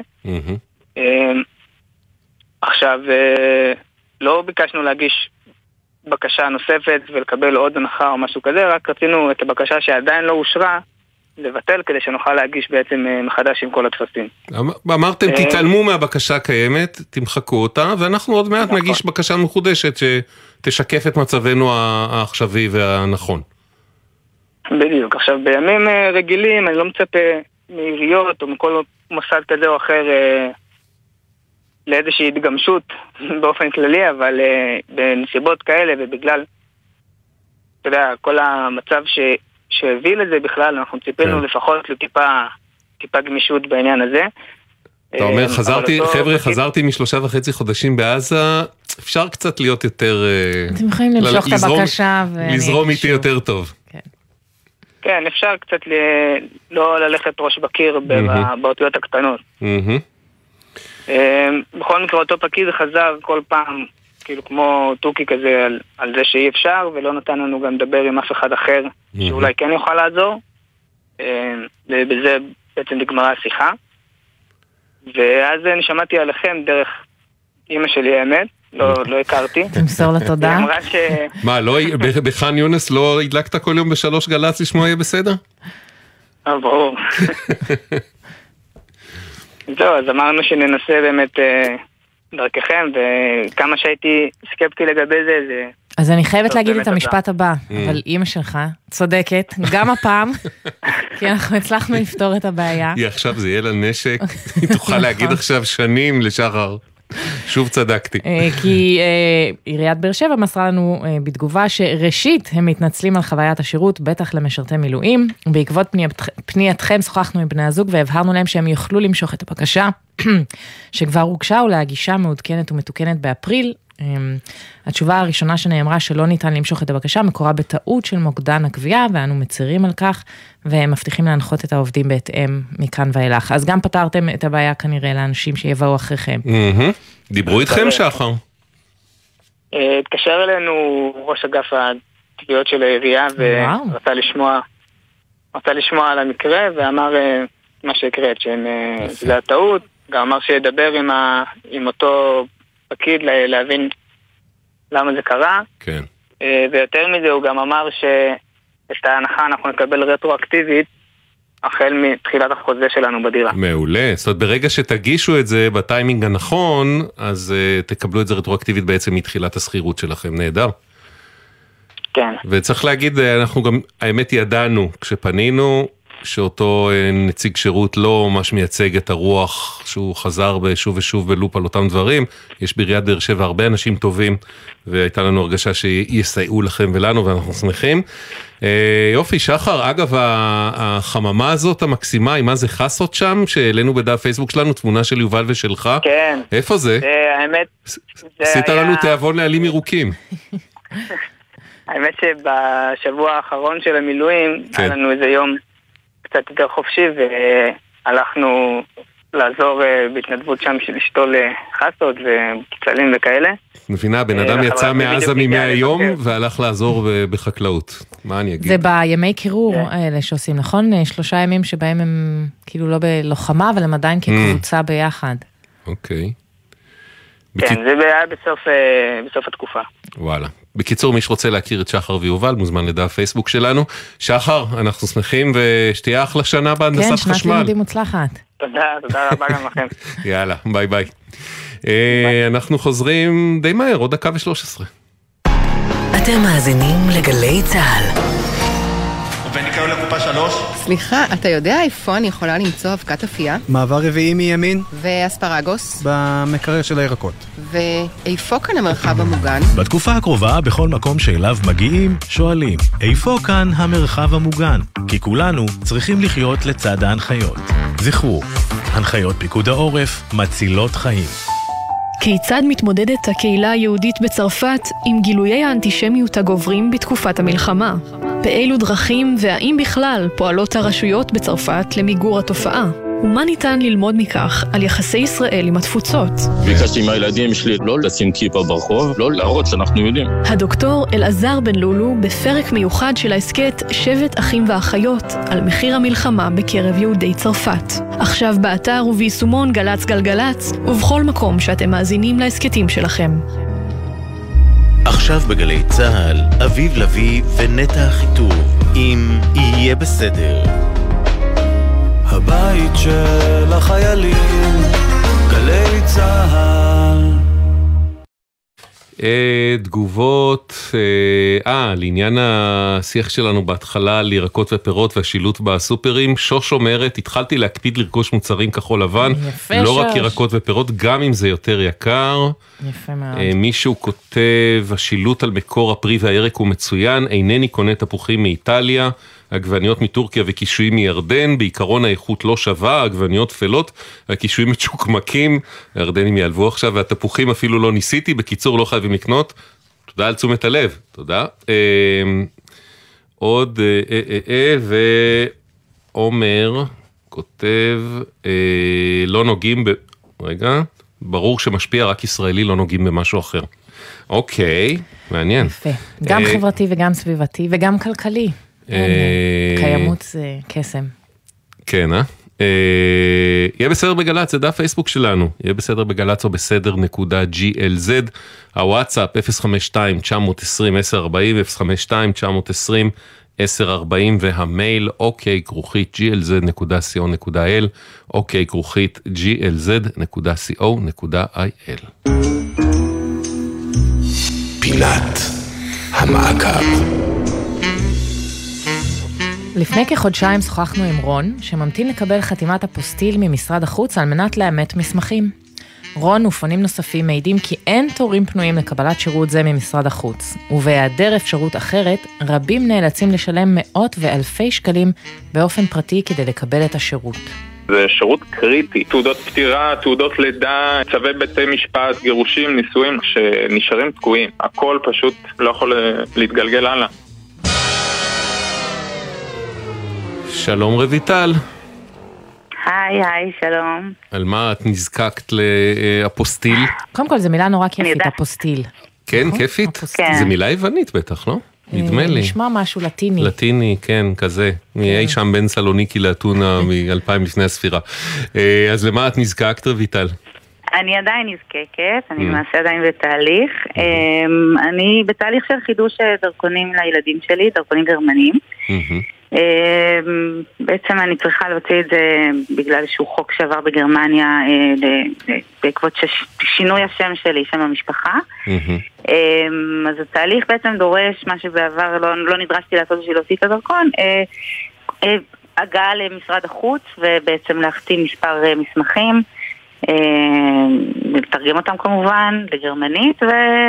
עכשיו, לא ביקשנו להגיש בקשה נוספת ולקבל עוד הנחה או משהו כזה, רק רצינו את הבקשה שעדיין לא אושרה, לבטל כדי שנוכל להגיש בעצם מחדש עם כל התפסים. אמרתם, תתעלמו מהבקשה הקיימת, תמחקו אותה, ואנחנו עוד מעט נגיש בקשה מחודשת שתשקף את מצבנו העכשווי והנכון. בדיוק. עכשיו, בימים רגילים אני לא מצפה מעיריות או מכל מוסד כזה או אחר לאיזושהי התגמשות באופן כללי, אבל בנסיבות כאלה ובגלל, אתה יודע, כל המצב שהביא לזה בכלל, אנחנו ציפינו לפחות לטיפה גמישות בעניין הזה. אתה אומר, חזרתי מ3.5 חודשים בעזה, אפשר קצת להיות יותר... אתם יכולים למשוך את הבקשה לזרום איתי יותר טוב. כן, אפשר קצת לא ללכת ראש בקיר באותיות הקטנות. בכל מקרה, אותו פקיד חזר כל פעם, כאילו כמו טוקי כזה, על זה שאי אפשר, ולא נתן לנו גם לדבר עם אף אחד אחר, שאולי כן יוכל לעזור. ובזה בעצם נגמרה השיחה. ואז אני שמעתי עליכם דרך אמא שלי, האמת, לא הכרתי. תמסור לתודה. היא אמרה ש... מה, בח'אן יונס לא הדלקת כל יום ב3 גל"צ לשמוע יהיה בסדר? ברור. זהו, אז אמרנו שננסה באמת דרככם, וכמה שהייתי סקפטי לגבי זה... אז אני חייבת להגיד את המשפט הבא, אבל אמא שלך צודקת, גם הפעם, כי אנחנו הצלחנו לפתור את הבעיה. היא עכשיו זה יהיה לה נשק, היא תוכל להגיד עכשיו שנים לשחר. שוב צדקתי. כי עיריית באר שבע מסרה לנו בתגובה שראשית הם מתנצלים על חוויית השירות, בטח למשרתי מילואים. בעקבות פנייתכם שוחחנו עם בני הזוג והבהרנו להם שהם יוכלו למשוך את הבקשה, שכבר הוגשה ולהגישה מעודכנת ומתוקנת באפריל. התשובה הראשונה שנאמרה שלא ניתן למשוך את הבקשה מקורה בטעות של מוקדן הקביעה, ואנו מצרים על כך, והם מבטיחים להנחות את העובדים בהתאם מכאן ואילך. אז גם פתרתם את הבעיה כנראה לאנשים שיבואו אחריכם. דיברו איתכם שחר? התקשר אלינו ראש אגף התביעות של העירייה, ורצה לשמוע על המקרה, ואמר מה שהקראת, שזה הטעות, גם אמר שידבר עם אותו פקיד להבין למה זה קרה. כן. ויותר מזה הוא גם אמר שאת ההנחה אנחנו נקבל רטרואקטיבית החל מתחילת החוזה שלנו בדירה. מעולה. זאת אומרת, ברגע שתגישו את זה בטיימינג הנכון, אז תקבלו את זה רטרואקטיבית בעצם מתחילת הסחירות שלכם. נהדר. כן. וצריך להגיד, אנחנו גם, האמת ידענו, כשפנינו, שאותו נציג שירות לא ממש מייצג את הרוח, שהוא חזר שוב ושוב בלופ על אותם דברים. יש בעיריית באר שבע הרבה אנשים טובים, והייתה לנו הרגשה שיסייעו לכם ולנו, ואנחנו שמחים. יופי, שחר, אגב, החממה הזאת המקסימה, מה זה חסות שם, שהעלינו בדף פייסבוק שלנו, תמונה של יובל ושלך. כן. איפה זה? האמת, עשית לנו תיאבון לעלים ירוקים. האמת שבשבוע האחרון של המילואים, היה לנו איזה יום קצת יותר חופשי, והלכנו לעזור בהתנדבות שם של לשתול חסות וקצלים וכאלה. מבינה, בן אדם יצא מעזה מ100 יום והלך לעזור בחקלאות. מה אני אגיד? זה בימי קירור האלה שעושים, נכון? 3 ימים שבהם הם כאילו לא בלוחמה, אבל הם עדיין כקבוצה ביחד. אוקיי. כן, זה היה בסוף התקופה. וואלה. בקיצור, מי שרוצה להכיר את שחר ויובל, מוזמן לדף פייסבוק שלנו. שחר, אנחנו שמחים ושתהיה אחלה שנה בהנדסת חשמל. כן, שנת לימודים מוצלחת. תודה רבה גם לכם. יאללה, ביי ביי. אנחנו חוזרים די מהר, עוד 1:13. אתם מאזינים לגלי צהל. וניקיון לקופה 3. סליחה, אתה יודע איפה אני יכולה למצוא אבקת אפייה? מעבר רביעי מימין. ואספרגוס? במקרר של הירקות. ואיפה כאן המרחב המוגן? בתקופה הקרובה, בכל מקום שאליו מגיעים, שואלים, איפה כאן המרחב המוגן? כי כולנו צריכים לחיות לצד ההנחיות. זכרו, הנחיות פיקוד העורף מצילות חיים. כיצד מתמודדת הקהילה היהודית בצרפת עם גילויי האנטישמיות הגוברים בתקופת המלחמה? באילו דרכים והאם בכלל פועלות הרשויות בצרפת למיגור התופעה? ומה ניתן ללמוד מכך על יחסי ישראל עם התפוצות. ביקשתי מהילדים שלי לא לשים כיפה ברחוב, לא להראות שאנחנו יודעים. הדוקטור אלעזר בן לולו בפרק מיוחד של העסקת שבט אחים ואחיות על מחיר המלחמה בקרב יהודי צרפת. עכשיו באתר וביישומון גלץ גלגלץ ובכל מקום שאתם מאזינים לעסקתים שלכם. עכשיו בגלי צהל, אביב לוי ונטע החיטוב עם יהיה בסדר. הבית של החיילים, גלי צהל. תגובות, לעניין השיח שלנו בהתחלה על ירקות ופירות והשילוט בסופרים, שוש אומרת, התחלתי להקפיד לרכוש מוצרים כחול לבן, לא רק ירקות ופירות, גם אם זה יותר יקר. יפה מאוד. מישהו כותב, השילוט על מקור הפרי והירק הוא מצוין, אינני קונה תפוחים מאיטליה, עגבניות מטורקיה וקישואים מירדן, בעיקרון האיכות לא שווה, עגבניות תפלות, הקישואים מצ'וקמקים, הירדנים יעלבו עכשיו, והתפוחים אפילו לא ניסיתי, בקיצור לא חייבים לקנות, תודה על תשומת הלב, תודה. עוד, ועומר כותב, לא נוגעים רגע, ברור שמשפיע רק ישראלי, לא נוגעים במשהו אחר. אוקיי, מעניין. יפה, גם חברתי וגם סביבתי וגם כלכלי. קיימות זה קסם. כן, יהיה בסדר בגלץ, זה דף פייסבוק שלנו, יהיה בסדר בגלץ או בסדר.glz, הוואטסאפ 052-920-1040, 052-920-1040, והמייל ok@glz.co.il, ok@glz.co.il. פינת המעקב. לפני כחודשיים שוחחנו עם רון, שממתין לקבל חתימת אפוסטיל ממשרד החוץ על מנת לאמת מסמכים. רון ופונים נוספים מעידים כי אין תורים פנויים לקבלת שירות זה ממשרד החוץ, ובהיעדר אפשרות אחרת, רבים נאלצים לשלם מאות ואלפי שקלים באופן פרטי כדי לקבל את השירות. זה שירות קריטי, תעודות פטירה, תעודות לידה, צווי בתי משפט, גירושים, נישואים שנשארים תקועים. הכל פשוט לא יכול להתגלגל הלאה. שלום רויטל. היי, שלום. על מה את נזקקת לאפוסטיל? קודם כל, זו מילה נורא כיפית, אפוסטיל. כן, כיפית? זו מילה יוונית בטח, לא? נדמה לי. נשמע משהו לטיני. לטיני, כן, כזה. נהיה שם בין סלוניקי לאתונה מ-2000 לפני הספירה. אז למה את נזקקת רויטל? אני עדיין נזקקת, אני למעשה עדיין בתהליך. אני בתהליך של חידוש דרכונים לילדים שלי, דרכונים גרמנים. בעצם אני צריכה להוציא את זה בגלל איזשהו חוק שעבר בגרמניה בעקבות שינוי השם שלי, שם המשפחה. אז התהליך בעצם דורש מה שבעבר לא נדרשתי לעשות בשביל להוציא את הדרכון, הגעה למשרד החוץ ובעצם להחתים מספר מסמכים, לתרגם אותם כמובן לגרמנית,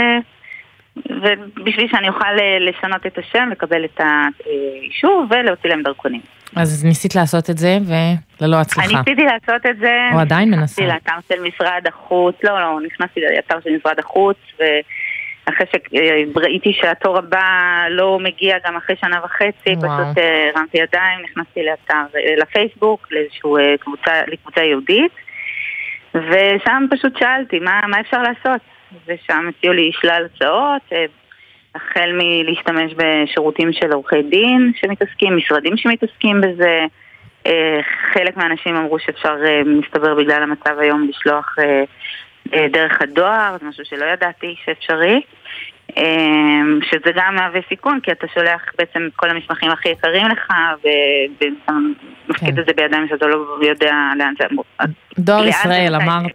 ובשביל שאני אוכל לשנות את השם, לקבל את האישור ולהוציא להם דרכונים. אז ניסית לעשות את זה וללא הצלחה. אני ניסיתי לעשות את זה. או עדיין מנסה. נכנסתי לאתר של משרד החוץ, לא, נכנסתי לאתר של משרד החוץ, ואחרי שראיתי שהתור הבא לא מגיע גם אחרי שנה וחצי, פשוט הרמתי ידיים, נכנסתי לפייסבוק, לקבוצה יהודית, ושם פשוט שאלתי מה אפשר לעשות. ושם הציעו לי שלל הצעות, החל מלהשתמש בשירותים של עורכי דין שמתעסקים, משרדים שמתעסקים בזה, חלק מהאנשים אמרו שאפשר, מסתבר בגלל המצב היום, לשלוח דרך הדואר, זה משהו שלא ידעתי שאפשרי, שזה גם מהווה סיכון, כי אתה שולח בעצם כל המסמכים הכי יקרים לך, ומפקיד את זה בידיים שאתה לא יודע לאן זה אמור. דואר ישראל, אמרת.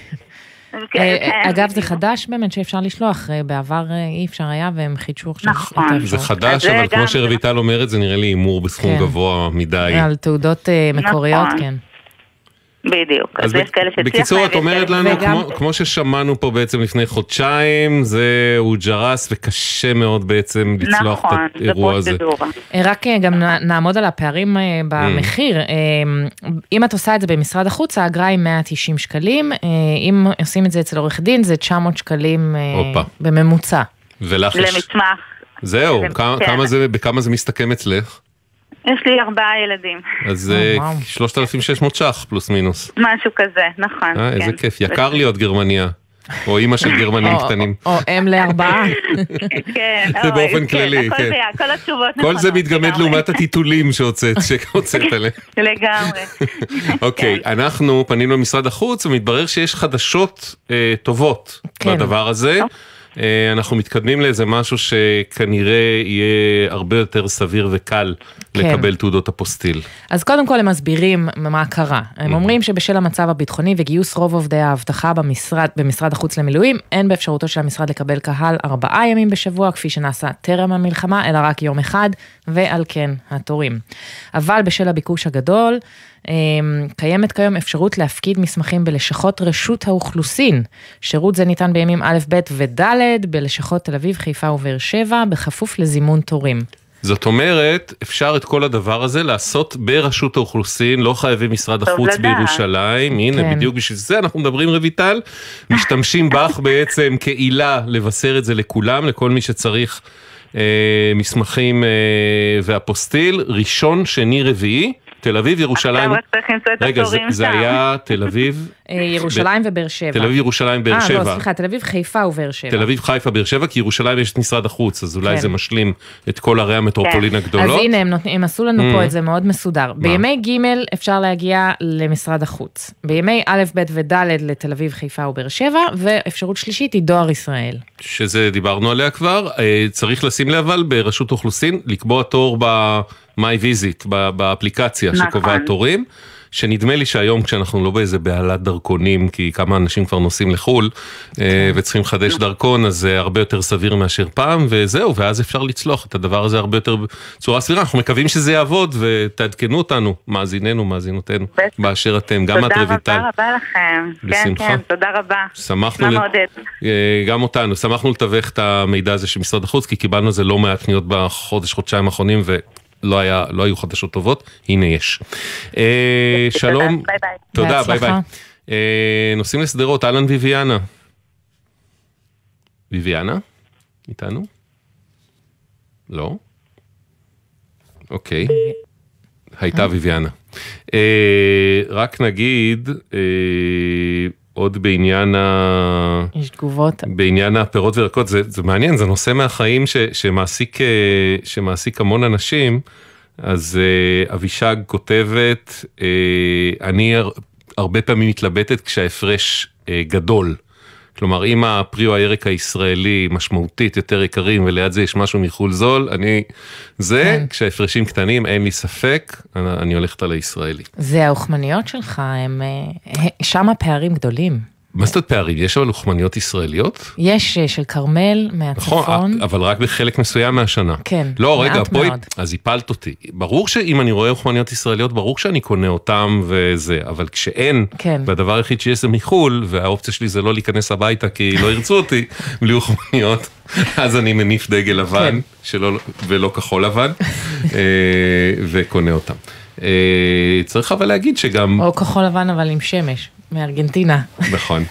אגב, זה חדש באמת שאפשר לשלוח, בעבר אי אפשר היה והם חידשו עכשיו את האפשרות. זה חדש, אבל כמו שרויטל אומרת, זה נראה לי אימור בסכום גבוה מדי. על תעודות מקוריות, כן. בדיוק. אז בקיצור, את אומרת לנו, כמו ששמענו פה בעצם לפני חודשיים, זהו ג'רס וקשה מאוד בעצם לצלוח את האירוע הזה. רק גם נעמוד על הפערים במחיר. אם את עושה את זה במשרד החוץ, האגרה היא 190 שקלים, אם עושים את זה אצל עורך דין, זה 900 שקלים בממוצע. למצמח. זהו, בכמה זה מסתכם אצלך? יש לי 4 ילדים. אז 3,600 ש"ח פלוס מינוס. משהו כזה, נכון. איזה כיף, יקר להיות גרמניה. או אימא של גרמנים קטנים. או אם ל4. כן. זה באופן כללי. כל התשובות נכונות. כל זה מתגמד לעומת הטיטולים שהוצאת עליהם. לגמרי. אוקיי, אנחנו פנינו למשרד החוץ ומתברר שיש חדשות טובות בדבר הזה. אנחנו מתקדמים לאיזה משהו שכנראה יהיה הרבה יותר סביר וקל לקבל תעודות אפוסטיל. אז קודם כל הם מסבירים מה קרה. הם אומרים שבשל המצב הביטחוני וגיוס רוב עובדי האבטחה במשרד החוץ למילואים, אין באפשרותו של המשרד לקבל קהל 4 ימים בשבוע, כפי שנעשה טרם המלחמה, אלא רק יום אחד, ועל כן התורים. אבל בשל הביקוש הגדול, קיימת כיום אפשרות להפקיד מסמכים בלשכות רשות האוכלוסין. שירות זה ניתן בימים א', ב' וד' בלשכות תל אביב, חיפה ובאר שבע, בכפוף לזימון תורים. זאת אומרת, אפשר את כל הדבר הזה לעשות ברשות האוכלוסין, לא חייבים משרד החוץ בירושלים, הנה בדיוק בשביל זה אנחנו מדברים רויטל, משתמשים בך בעצם כעילה לבשר את זה לכולם, לכל מי שצריך מסמכים ואפוסטיל, ראשון, שני, רביעי, תל אביב, ירושלים, רגע, זה היה תל אביב, ירושלים ובאר שבע. תל אביב, ירושלים, באר שבע. לא, סליחה, תל אביב, חיפה ובאר שבע. תל אביב, חיפה, באר שבע, כי ירושלים יש את משרד החוץ, אז אולי זה משלים את כל ערי המטרופולין הגדולות. אז הנה, הם עשו לנו פה את זה מאוד מסודר. בימי ג' אפשר להגיע למשרד החוץ. בימי א', ב' וד' לתל אביב, חיפה ובאר שבע, ואפשרות שלישית היא דואר ישראל. שזה דיברנו עליה כבר, צריך לשים לב אבל ברשות אוכלוסין, לקבוע תור ב-My Visit, באפליקציה שקובעת תורים, שנדמה לי שהיום כשאנחנו לא באיזה בעלת דרכונים, כי כמה אנשים כבר נוסעים לחול, וצריכים לחדש דרכון, אז זה הרבה יותר סביר מאשר פעם, וזהו, ואז אפשר לצלוח את הדבר הזה הרבה יותר בצורה סבירה. אנחנו מקווים שזה יעבוד, ותעדכנו אותנו, מאזיננו, מאזינותינו, באשר אתם, גם את רויטל. תודה רבה לכם. בשמחה. כן, תודה רבה. שמחנו, גם אותנו, שמחנו לתווך את המידע הזה של משרד החוץ, כי קיבלנו זה לא מעט פניות חודשיים האחרונים, לא היו חדשות טובות, הנה יש. שלום. תודה, ביי ביי. נוסעים לסדרות, אלן ויביאנה. ויביאנה? איתנו? לא? אוקיי. הייתה ויביאנה. רק נגיד, עוד בעניין יש תגובות. בעניין הפירות וירקות, זה מעניין, זה נושא מהחיים שמעסיק המון אנשים, אז אבישג כותבת, אני הרבה פעמים מתלבטת כשההפרש גדול, כלומר אם הפרי או הירק הישראלי משמעותית יותר יקרים וליד זה יש משהו מחול זול, כשההפרשים קטנים אין לי ספק, אני הולכת על הישראלי. זה האוכמניות שלך, שם הפערים גדולים. מה זאת פערים? יש אבל אוכמניות ישראליות? יש של קרמל מהצפון. נכון, אבל רק בחלק מסוים מהשנה. כן, לא, רגע, בואי, אז הפלת אותי. ברור שאם אני רואה אוכמניות ישראליות, ברור שאני קונה אותם וזה, אבל כשאין, והדבר היחיד שיש זה מחול, והאופציה שלי זה לא להיכנס הביתה, כי לא ירצו אותי בלי אוכמניות, אז אני מניף דגל לבן, ולא כחול לבן, וקונה אותם. צריך אבל להגיד שגם... או כחול לבן אבל עם שמש. מארגנטינה. נכון.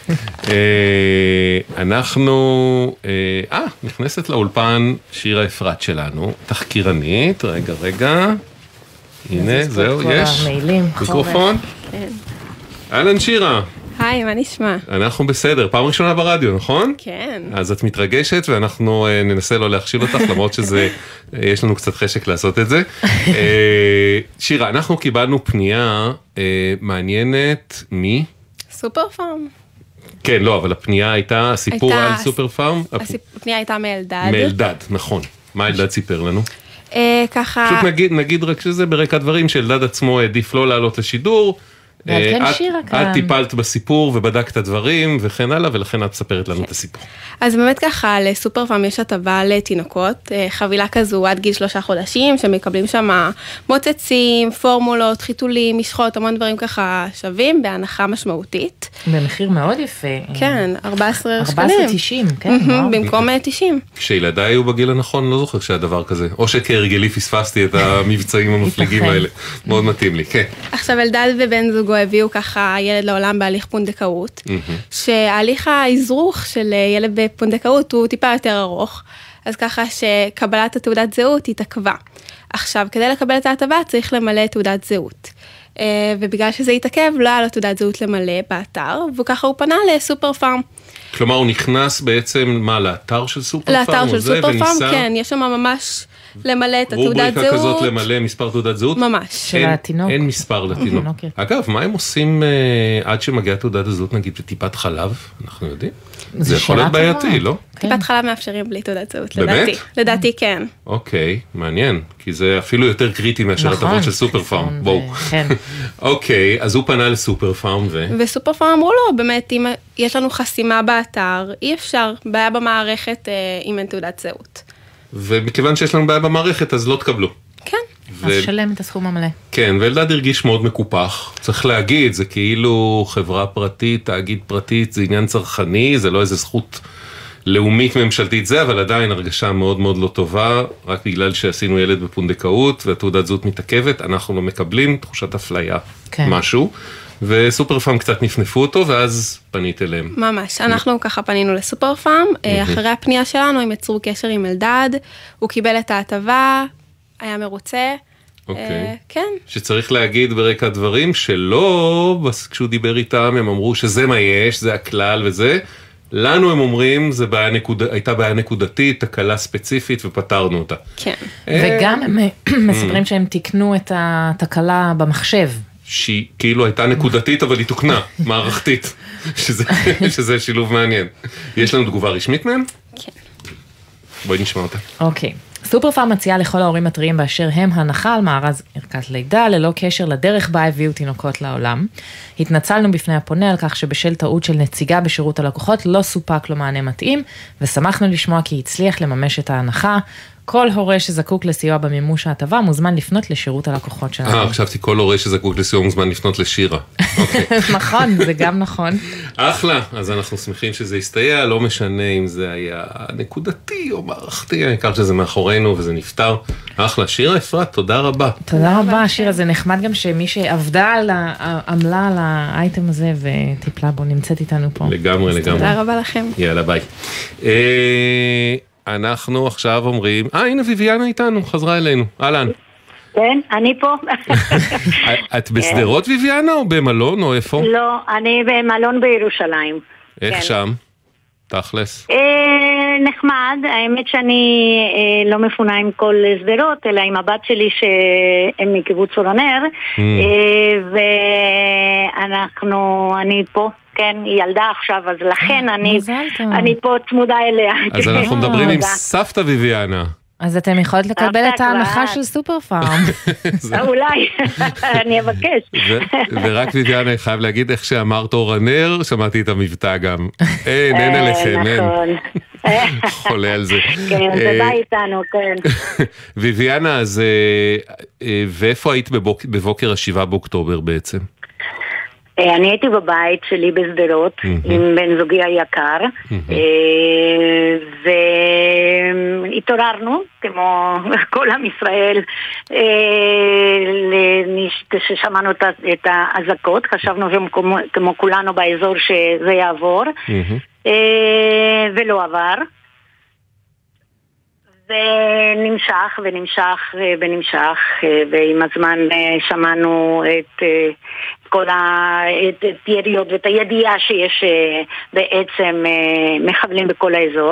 אנחנו, נכנסת לאולפן שירה אפרת שלנו, תחקירנית, רגע, הנה, זהו, יש, מיקרופון. אהלן שירה. היי, מה נשמע? אנחנו בסדר, פעם ראשונה ברדיו, נכון? כן. אז את מתרגשת ואנחנו ננסה לא להכשיל אותך, למרות שזה, יש לנו קצת חשק לעשות את זה. שירה, אנחנו קיבלנו פנייה מעניינת מי? סופר פארם. כן, לא, אבל הפנייה הייתה, הסיפור על סופר פארם? הפנייה הייתה מאלדד. מאלדד, נכון. מה אלדד סיפר לנו? ככה... פשוט נגיד רק שזה ברקע הדברים שאלדד עצמו העדיף לא לעלות לשידור. את טיפלת בסיפור ובדקת דברים וכן הלאה, ולכן את מספרת לנו את הסיפור. אז באמת ככה, לסופר פארם יש הטבה לתינוקות, חבילה כזו עד גיל 3 חודשים, שמקבלים שם מוצצים, פורמולות, חיתולים, משחות, המון דברים ככה שווים, בהנחה משמעותית. במחיר מאוד יפה. כן, 14 שקלים. 14.90, כן. במקום 90. כשילדיי היו בגיל הנכון, לא זוכר שהיה דבר כזה. או שכהרגלי פספסתי את המבצעים המפליגים האלה. מאוד מתאים לי, כן. עכשיו, אלדד ובן זוגו הביאו ככה ילד לעולם בהליך פונדקאות, שההליך האזרוח של ילד בפונדקאות הוא טיפה יותר ארוך, אז ככה שקבלת התעודת זהות התעכבה. עכשיו, כדי לקבל את ההטבה צריך למלא תעודת זהות. ובגלל שזה התעכב, לא היה לו תעודת זהות למלא באתר, וככה הוא פנה לסופר פארם. כלומר, הוא נכנס בעצם, מה, לאתר של סופר פארם? לאתר של סופר פארם, כן, יש שם ממש למלא את התעודת זהות. רובריקה כזאת למלא מספר תעודת זהות? ממש. של התינוק. אין מספר לתינוק. אגב, מה הם עושים עד שמגיעה תעודת הזהות, נגיד, בטיפת חלב? אנחנו יודעים. זה יכול להיות בעייתי, לא? טיפת חלב מאפשרים בלי תעודת זהות, לדעתי. לדעתי, כן. אוקיי, מעניין, כי זה אפילו יותר קריטי מאשר הטבות של סופר פארם. בואו. אוקיי, אז הוא פנה לסופר פארם וסופר פארם אמרו לו, באמת, אם יש לנו חסימה באתר, אי אפשר, בעיה במערכת אם אין תעודת זהות. ומכיוון שיש לנו בעיה במערכת, אז לא תקבלו. כן. אז שלם את הסכום המלא. כן, ואלדד הרגיש מאוד מקופח. צריך להגיד, זה כאילו חברה פרטית, תאגיד פרטית, זה עניין צרכני, זה לא איזה זכות לאומית ממשלתית זה, אבל עדיין הרגשה מאוד מאוד לא טובה, רק בגלל שעשינו ילד בפונדקאות, והתעודת זהות מתעכבת, אנחנו לא מקבלים תחושת אפליה, משהו. וסופר פארם קצת נפנפו אותו, ואז פנית אליהם. ממש, אנחנו ככה פנינו לסופר פארם, אחרי הפנייה שלנו הם יצרו קשר עם אלדד, הוא קיבל את ההטבה, היה מרוצה. אוקיי. כן. שצריך להגיד ברקע הדברים שלא, כשהוא דיבר איתם, הם אמרו שזה מה יש, זה הכלל וזה. לנו הם אומרים, הייתה בעיה נקודתית, תקלה ספציפית ופתרנו אותה. כן. וגם הם מספרים שהם תיקנו את התקלה במחשב. שהיא כאילו הייתה נקודתית, אבל היא תוקנה, מערכתית. שזה שילוב מעניין. יש לנו תגובה רשמית מהם? כן. בואי נשמע אותה. אוקיי. סופר פארם מציעה לכל ההורים הטריים באשר הם הנחה על מארז ערכת לידה, ללא קשר לדרך בה הביאו תינוקות לעולם. התנצלנו בפני הפונה על כך שבשל טעות של נציגה בשירות הלקוחות לא סופק לו מענה מתאים, ושמחנו לשמוע כי הצליח לממש את ההנחה. כל הורה שזקוק לסיוע במימוש ההטבה מוזמן לפנות לשירות הלקוחות שלנו. חשבתי כל הורה שזקוק לסיוע מוזמן לפנות לשירה. נכון, זה גם נכון. אחלה, אז אנחנו שמחים שזה יסתייע, לא משנה אם זה היה נקודתי או מערכתי, העיקר שזה מאחורינו וזה נפטר. אחלה, שירה אפרת, תודה רבה. תודה רבה, שירה, זה נחמד גם שמי שעבדה על העמלה על האייטם הזה וטיפלה בו, נמצאת איתנו פה. לגמרי. תודה רבה לכם. יאללה, ביי. אנחנו עכשיו אומרים, הנה ויביאנה איתנו, חזרה אלינו, אהלן. כן, אני פה. את בסדרות ויביאנה או במלון או איפה? לא, אני במלון בירושלים. איך שם? תכלס. נחמד, האמת שאני לא מפונה עם כל סדרות, אלא עם הבת שלי שהם מקיבוץ אורנר, אני פה. כן, היא ילדה עכשיו, אז לכן אני פה צמודה אליה. אז אנחנו מדברים עם סבתא ויביאנה. אז אתם יכולות לקבל את ההנחה של סופר פארם. אולי, אני אבקש. ורק ויביאנה, חייב להגיד איך שאמרת אורנר, שמעתי את המבטא גם. אין אליכם, אין. חולה על זה. כן, זה בא איתנו, כן. ויביאנה, אז ואיפה היית בבוקר ה7 באוקטובר בעצם? אני הייתי בבית שלי בסדרות עם בן זוגי היקר והתעוררנו כמו כל עם ישראל ששמענו את האזעקות, חשבנו כמו כולנו באזור שזה יעבור ולא עבר ונמשך ועם הזמן שמענו את כל היריות ואת הידיעה שיש בעצם מחבלים בכל האזור.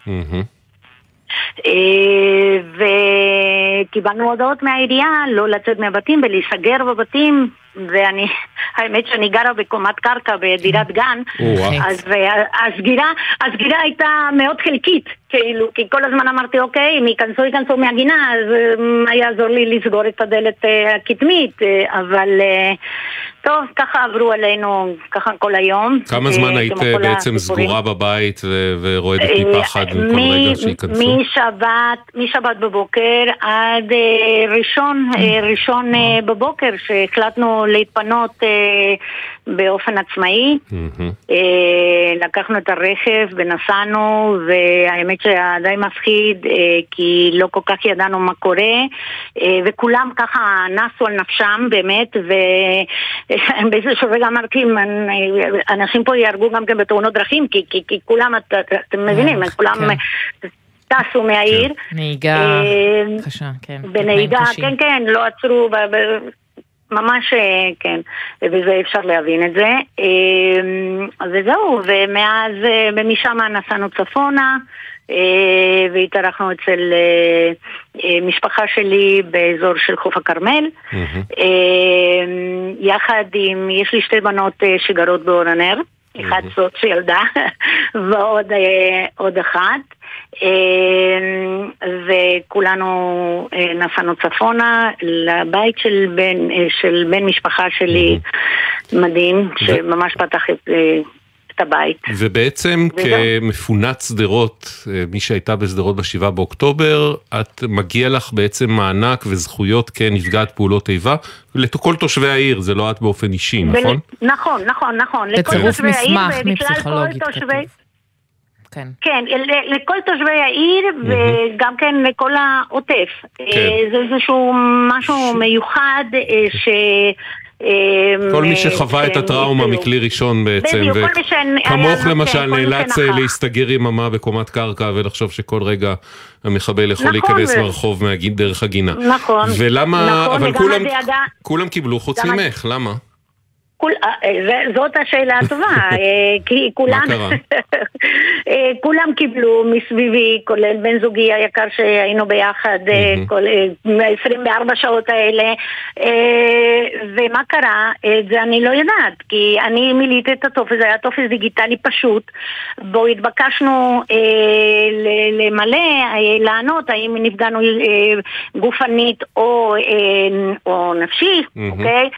וקיבלנו הודעות מהעירייה לא לצאת מהבתים ולהיסגר בבתים, האמת שאני גרה בקומת קרקע בדירת גן, אז הסגירה הייתה מאוד חלקית, כאילו, כי כל הזמן אמרתי אוקיי, אם ייכנסו מהגינה, אז מה יעזור לי לסגור את הדלת הקדמית, אבל טוב, ככה עברו עלינו, ככה כל היום. כמה זמן היית בעצם סגורה בבית ורועדת מפחד מכל רגע שייכנסו? משבת בבוקר עד ראשון בבוקר, שהחלטנו להתפנות באופן עצמאי. לקחנו את הרכב ונסענו, והאמת שדי מפחיד, כי לא כל כך ידענו מה קורה, וכולם ככה נסו על נפשם באמת, ובאיזשהו רגע אמרתי, אנשים פה יהרגו גם כן בתאונות דרכים, כי כולם, אתם מבינים, כולם טסו מהעיר. נהיגה קשה, כן. בנהיגה, כן, כן, לא עצרו, ממש, כן, וזה אפשר להבין את זה. וזהו, ומאז, ומשם נסענו צפונה, והתארחנו אצל משפחה שלי באזור של חוף הכרמל. יחד עם, יש לי שתי בנות שגרות באור הנר, אחת זאת שילדה ועוד אחת, וכולנו נסענו צפונה לבית של בן משפחה שלי מדהים, שממש פתח את הבית. ובעצם כמפונת סדרות, מי שהייתה בסדרות ב7 באוקטובר, את מגיע לך בעצם מענק וזכויות כנפגעת פעולות איבה, לכל תושבי העיר, זה לא את באופן אישי, נכון? נכון, נכון, נכון. בצירוף מסמך מפסיכולוגית. כן, לכל תושבי העיר וגם כן לכל העוטף. זה איזשהו משהו מיוחד ש... כל מי שחווה את הטראומה מכלי ראשון בעצם, וכמוך למשל נאלץ להסתגר יממה בקומת קרקע ולחשוב שכל רגע המחבל יכול להיכנס מהרחוב דרך הגינה. נכון. ולמה, אבל כולם קיבלו חוץ ממך, למה? זאת השאלה הטובה, כי כולם קיבלו מסביבי, כולל בן זוגי היקר שהיינו ביחד 24 שעות האלה, ומה קרה? זה אני לא יודעת, כי אני מילאתי את הטופס, זה היה טופס דיגיטלי פשוט, בו התבקשנו למלא, לענות, האם נפגענו גופנית או נפשי, אוקיי?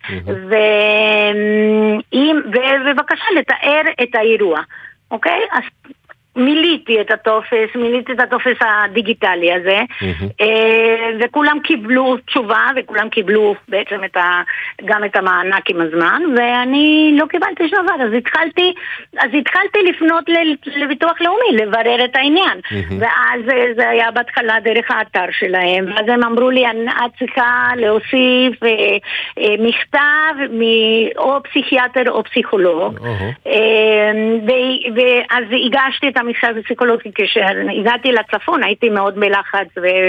ובבקשה לתאר את האירוע, אוקיי? אז מילאתי את הטופס הדיגיטלי הזה, וכולם קיבלו תשובה, וכולם קיבלו בעצם גם את המענק עם הזמן, ואני לא קיבלתי שום דבר, אז התחלתי לפנות לביטוח לאומי, לברר את העניין, ואז זה היה בהתחלה דרך האתר שלהם, ואז הם אמרו לי, את צריכה להוסיף מכתב או פסיכיאטר או פסיכולוג, ואז הגשתי את המכתב הפסיכולוגי. כשהגעתי לצפון הייתי מאוד בלחץ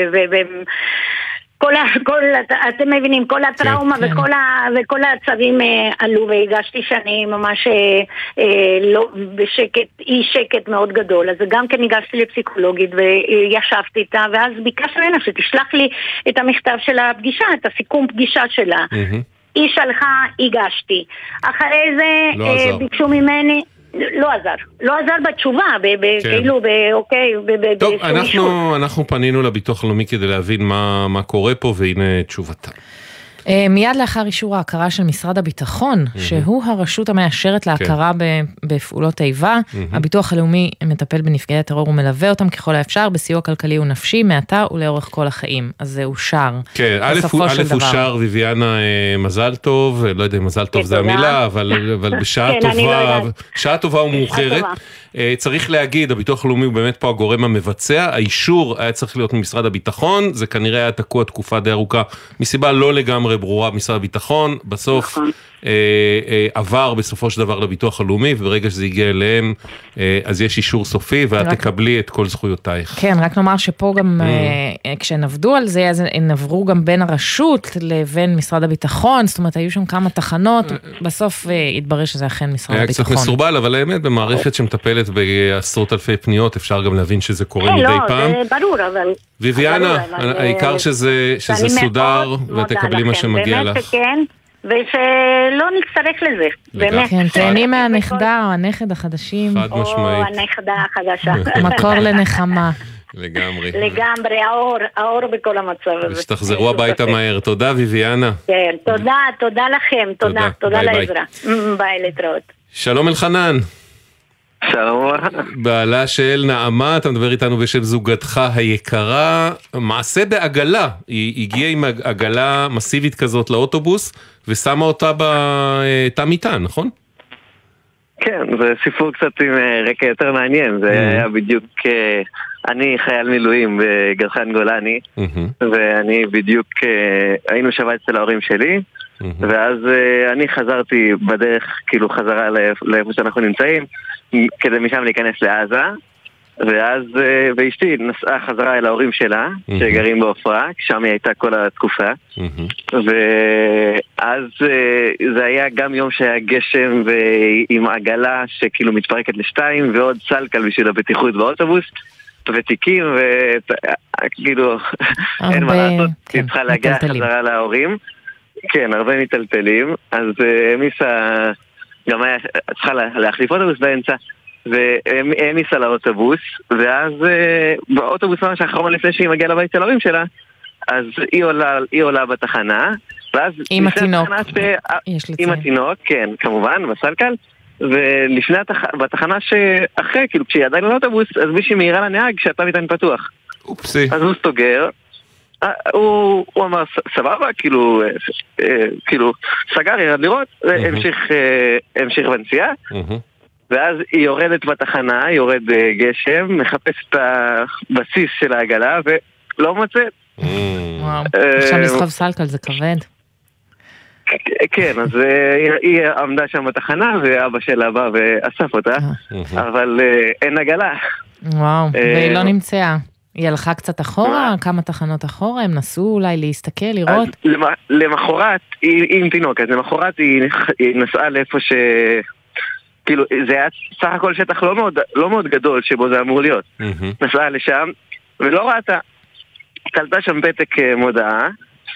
אתם מבינים, כל הטראומה וכל הצווים עלו, והגשתי שאני ממש לא בשקט, אי שקט מאוד גדול, אז גם כן הגשתי לפסיכולוגית וישבתי איתה, ואז ביקשתי ממנה שתשלח לי את המכתב של הפגישה, את הסיכום פגישה שלה. היא שלחה, הגשתי. אחרי זה ביקשו ממני, לא עזר בתשובה, כאילו, אוקיי. טוב, אנחנו פנינו לביטוח הלאומי כדי להבין מה קורה פה, והנה תשובתה. מיד לאחר אישור ההכרה של משרד הביטחון, שהוא הרשות המאשרת להכרה בפעולות איבה, הביטוח הלאומי מטפל בנפגעי הטרור ומלווה אותם ככל האפשר בסיוע כלכלי ונפשי מעתה ולאורך כל החיים. אז זה אושר. כן, א' אושר, ויביאנה, מזל טוב, לא יודע אם מזל טוב זה המילה, אבל בשעה טובה ומאוחרת. צריך להגיד, הביטוח הלאומי הוא באמת פה הגורם המבצע, האישור היה צריך להיות ממשרד הביטחון, זה כנראה היה תקוע תקופה די ארוכה, מסיבה לא לגמרי ברורה במשרד הביטחון, בסוף עבר בסופו של דבר לביטוח הלאומי, וברגע שזה הגיע אליהם, אז יש אישור סופי, ואת תקבלי את כל זכויותייך. כן, רק נאמר שפה גם, כשנעבדו על זה, אז נעברו גם בין הרשות לבין משרד הביטחון, זאת אומרת, היו שם כמה תחנות, בסוף התברר שזה אכן משרד הביטחון. היה קצת מסורבל, אבל האמת, במערכת שמטפלת בעשרות אלפי פניות, אפשר גם להבין שזה קורה מדי פעם. זה ברור, אבל... ויביאנה, העיקר שזה סודר, ותקבלי מה שמגיע לך. ושלא נצטרך לזה, באמת. כן, תהני מהנכדה או הנכד החדשים. חד משמעית. או הנכדה החדשה. מקור לנחמה. לגמרי. לגמרי, האור בכל המצב הזה. ושתחזרו הביתה מהר. תודה, ויביאנה. כן, תודה לכם, תודה לעזרה. ביי, להתראות. שלום אלחנן. שלום. בעלה של נעמה, אתה מדבר איתנו בשם זוגתך היקרה, מעשה בעגלה, היא הגיעה עם עגלה מסיבית כזאת לאוטובוס, ושמה אותה בתא מיטה, נכון? כן, זה סיפור קצת עם רקע יותר מעניין, זה היה בדיוק, אני חייל מילואים בגרחן גולני, ואני בדיוק, היינו שבת אצל ההורים שלי, ואז אני חזרתי בדרך, כאילו חזרה לאיפה שאנחנו נמצאים, כדי משם להיכנס לעזה, ואז ואשתי נסעה חזרה אל ההורים שלה, שגרים באופרה, שם היא הייתה כל התקופה. ואז זה היה גם יום שהיה גשם ועם עגלה שכאילו מתפרקת לשתיים, ועוד סלקל בשביל הבטיחות באוטובוס, ותיקים, וכאילו אין מה לעשות, היא צריכה להגיע חזרה להורים. כן, הרבה מטלטלים. אז מיסה גם היה צריכה להחליף אוטובוס באמצע, והעמיסה לאוטובוס, ואז באוטובוס ממש האחרון לפני שהיא מגיעה לבית של ההורים שלה, אז היא עולה בתחנה, ואז עם התינוק, עם התינוק, כן, כמובן, בסלקל, ולפני בתחנה שאחרי, כאילו כשהיא עדיין לאוטובוס, אז מישהי מהירה לנהג שהתא מטען פתוח. אופסי. אז הוא סוגר, הוא אמר סבבה, כאילו סגר, ירד לראות, והמשיך בנסיעה, ואז היא יורדת בתחנה, יורד גשם, מחפש את הבסיס של העגלה, ולא מוצאת. וואו, עכשיו לסחוב סלקל זה כבד. כן, אז היא עמדה שם בתחנה, ואבא שלה בא ואסף אותה, אבל אין עגלה. וואו, והיא לא נמצאה. היא הלכה קצת אחורה, כמה תחנות אחורה, הם נסעו אולי להסתכל, לראות? למחרת, היא עם תינוק, אז למחרת היא נסעה לאיפה ש... כאילו, זה היה סך הכל שטח לא מאוד גדול שבו זה אמור להיות. נסעה לשם, ולא ראתה. קלטה שם פתק מודעה,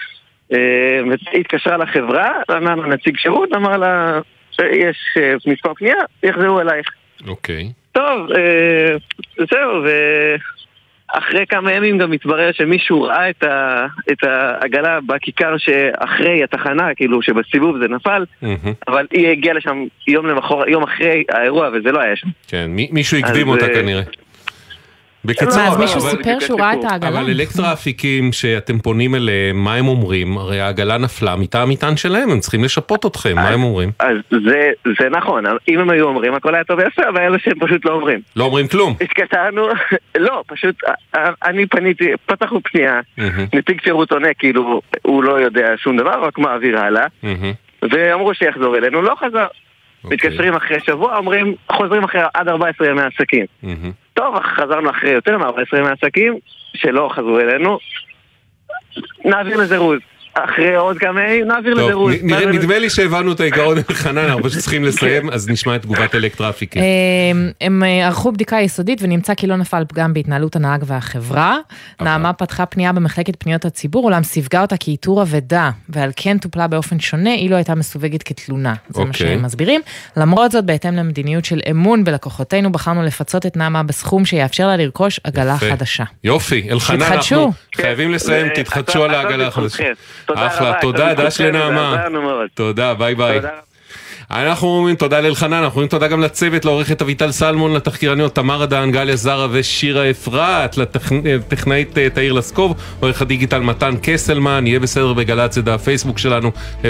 התקשרה לחברה, אמר לה נציג שירות, אמר לה, יש מספר פנייה, יחזרו אלייך. אוקיי. טוב, זהו, אחרי כמה ימים גם מתברר שמישהו ראה את העגלה בכיכר שאחרי התחנה, כאילו שבסיבוב זה נפל, אבל היא הגיעה לשם יום אחרי האירוע, וזה לא היה שם. כן, מישהו הקדים אותה כנראה. בקיצור, אז מישהו סיפר שהוא ראה את העגלה? אבל אלקטרה אפיקים שאתם פונים אליהם, מה הם אומרים? הרי העגלה נפלה מטעם המטען שלהם, הם צריכים לשפות אתכם, מה הם אומרים? אז זה נכון, אם הם היו אומרים, הכל היה טוב ויפה, אבל אלה שהם פשוט לא אומרים. לא אומרים כלום? התקשרנו, לא, פשוט, אני פניתי, פתחנו פנייה, נציג שירות עונה, כאילו, הוא לא יודע שום דבר, רק מעביר הלאה, ואמרו שיחזור אלינו, לא חזר. מתקשרים אחרי שבוע, אומרים, חוזרים אחרי עד 14 ימי עסקים. טוב, חזרנו אחרי יותר מ-14 ימי עסקים, שלא חזרו אלינו, נעביר לזירוז. אחרי עוד כמה ימים, נעביר לזירוז. נדמה לי שהבנו את העיקרון, חנן, אנחנו שצריכים לסיים, אז נשמע את תגובת אלקטרה אפיקים. הם ערכו בדיקה יסודית, ונמצא כי לא נפל פגם בהתנהלות הנהג והחברה. נעמה פתחה פנייה במחלקת פניות הציבור, אולם סיווגה אותה כאיתור אבדה, ועל כן טופלה באופן שונה, היא לא הייתה מסווגת כתלונה. זה מה שהם מסבירים. למרות זאת, בהתאם למדיניות של אמון בלקוחותינו, בחרנו לפצות את נעמה בסכום שיאפשר לה לרכוש עגלה חדשה. יופי, אלחנן, אנחנו חייבים לסיים, תתחדשו על העגלה החדשה. אחלה, תודה, דש לנעמה. תודה, ביי ביי. אנחנו אומרים תודה לאלחנן, אנחנו אומרים תודה גם לצוות, לעורכת אביטל סלמון, לתחקירניות תמר אדן, גליה זרה ושירה אפרת, לטכנאית תאיר לסקוב, עורך הדיגיטל מתן קסלמן, יהיה בסדר בגל"צ, זה הפייסבוק שלנו, 052-920-1040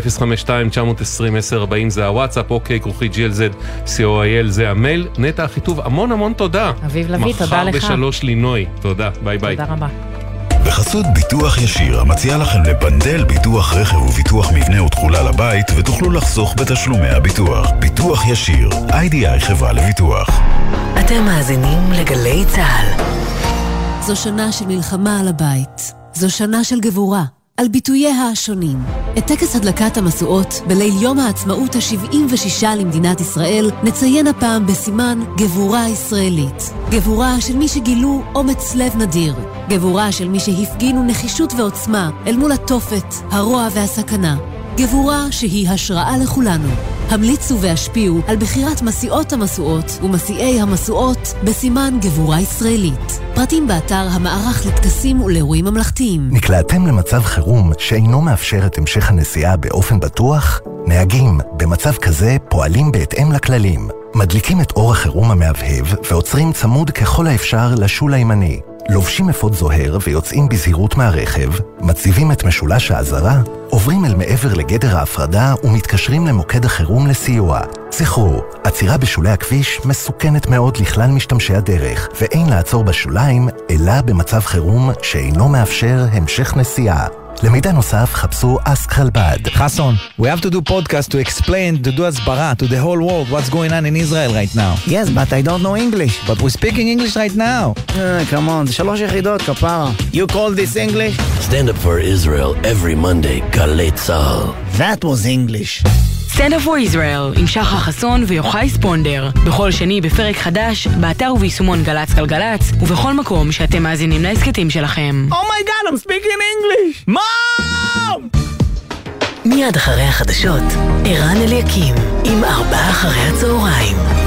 זה הוואטסאפ, אוקיי, כרוכית GLZ, זה המייל, נטע אחיטוב, המון המון תודה. אביב לוי, תודה לך. מחר ב3 לינוי, תודה, ביי ביי. תודה רבה. בחסות ביטוח ישיר, המציע לכם לבנדל ביטוח רכב וביטוח מבנה ותכולה לבית, ותוכלו לחסוך בתשלומי הביטוח. ביטוח ישיר, IDI חברה לביטוח. אתם מאזינים לגלי צהל. זו שנה של מלחמה על הבית. זו שנה של גבורה. על ביטוייה השונים. את טקס הדלקת המשואות בליל יום העצמאות ה-76 למדינת ישראל נציין הפעם בסימן גבורה ישראלית. גבורה של מי שגילו אומץ לב נדיר. גבורה של מי שהפגינו נחישות ועוצמה אל מול התופת, הרוע והסכנה. גבורה שהיא השראה לכולנו. המליצו והשפיעו על בחירת מסיעות המשואות ומסיעי המשואות בסימן גבורה ישראלית. פרטים באתר המערך לטקסים ולאירועים ממלכתיים. נקלעתם למצב חירום שאינו מאפשר את המשך הנסיעה באופן בטוח? נהגים במצב כזה פועלים בהתאם לכללים. מדליקים את אור החירום המהבהב ועוצרים צמוד ככל האפשר לשול הימני. לובשים אפוד זוהר ויוצאים בזהירות מהרכב, מציבים את משולש האזהרה, עוברים אל מעבר לגדר ההפרדה ומתקשרים למוקד החירום לסיוע. זכרו, עצירה בשולי הכביש מסוכנת מאוד לכלל משתמשי הדרך, ואין לעצור בשוליים אלא במצב חירום שאינו מאפשר המשך נסיעה. למידע נוסף חפשו Ask חלבד. Hassan, we have to do podcast to explain, to do הסברה to the whole world what's going on in Israel right now. Yes, but I don't know English. But we're speaking English right now. Come on, זה 3 יחידות, כפרה. You call this English? Stand up for Israel every Monday, גלי צהל. That was English. Stand up for Israel עם שחר חסון ויוחאי ספונדר. בכל שני בפרק חדש, באתר וביישומון גלץ גלגלץ, ובכל מקום שאתם מאזינים להסכתים שלכם. Oh my God, I'm speaking English! Mom! מיד אחרי החדשות, ערן אליקים עם 4 אחרי הצהריים.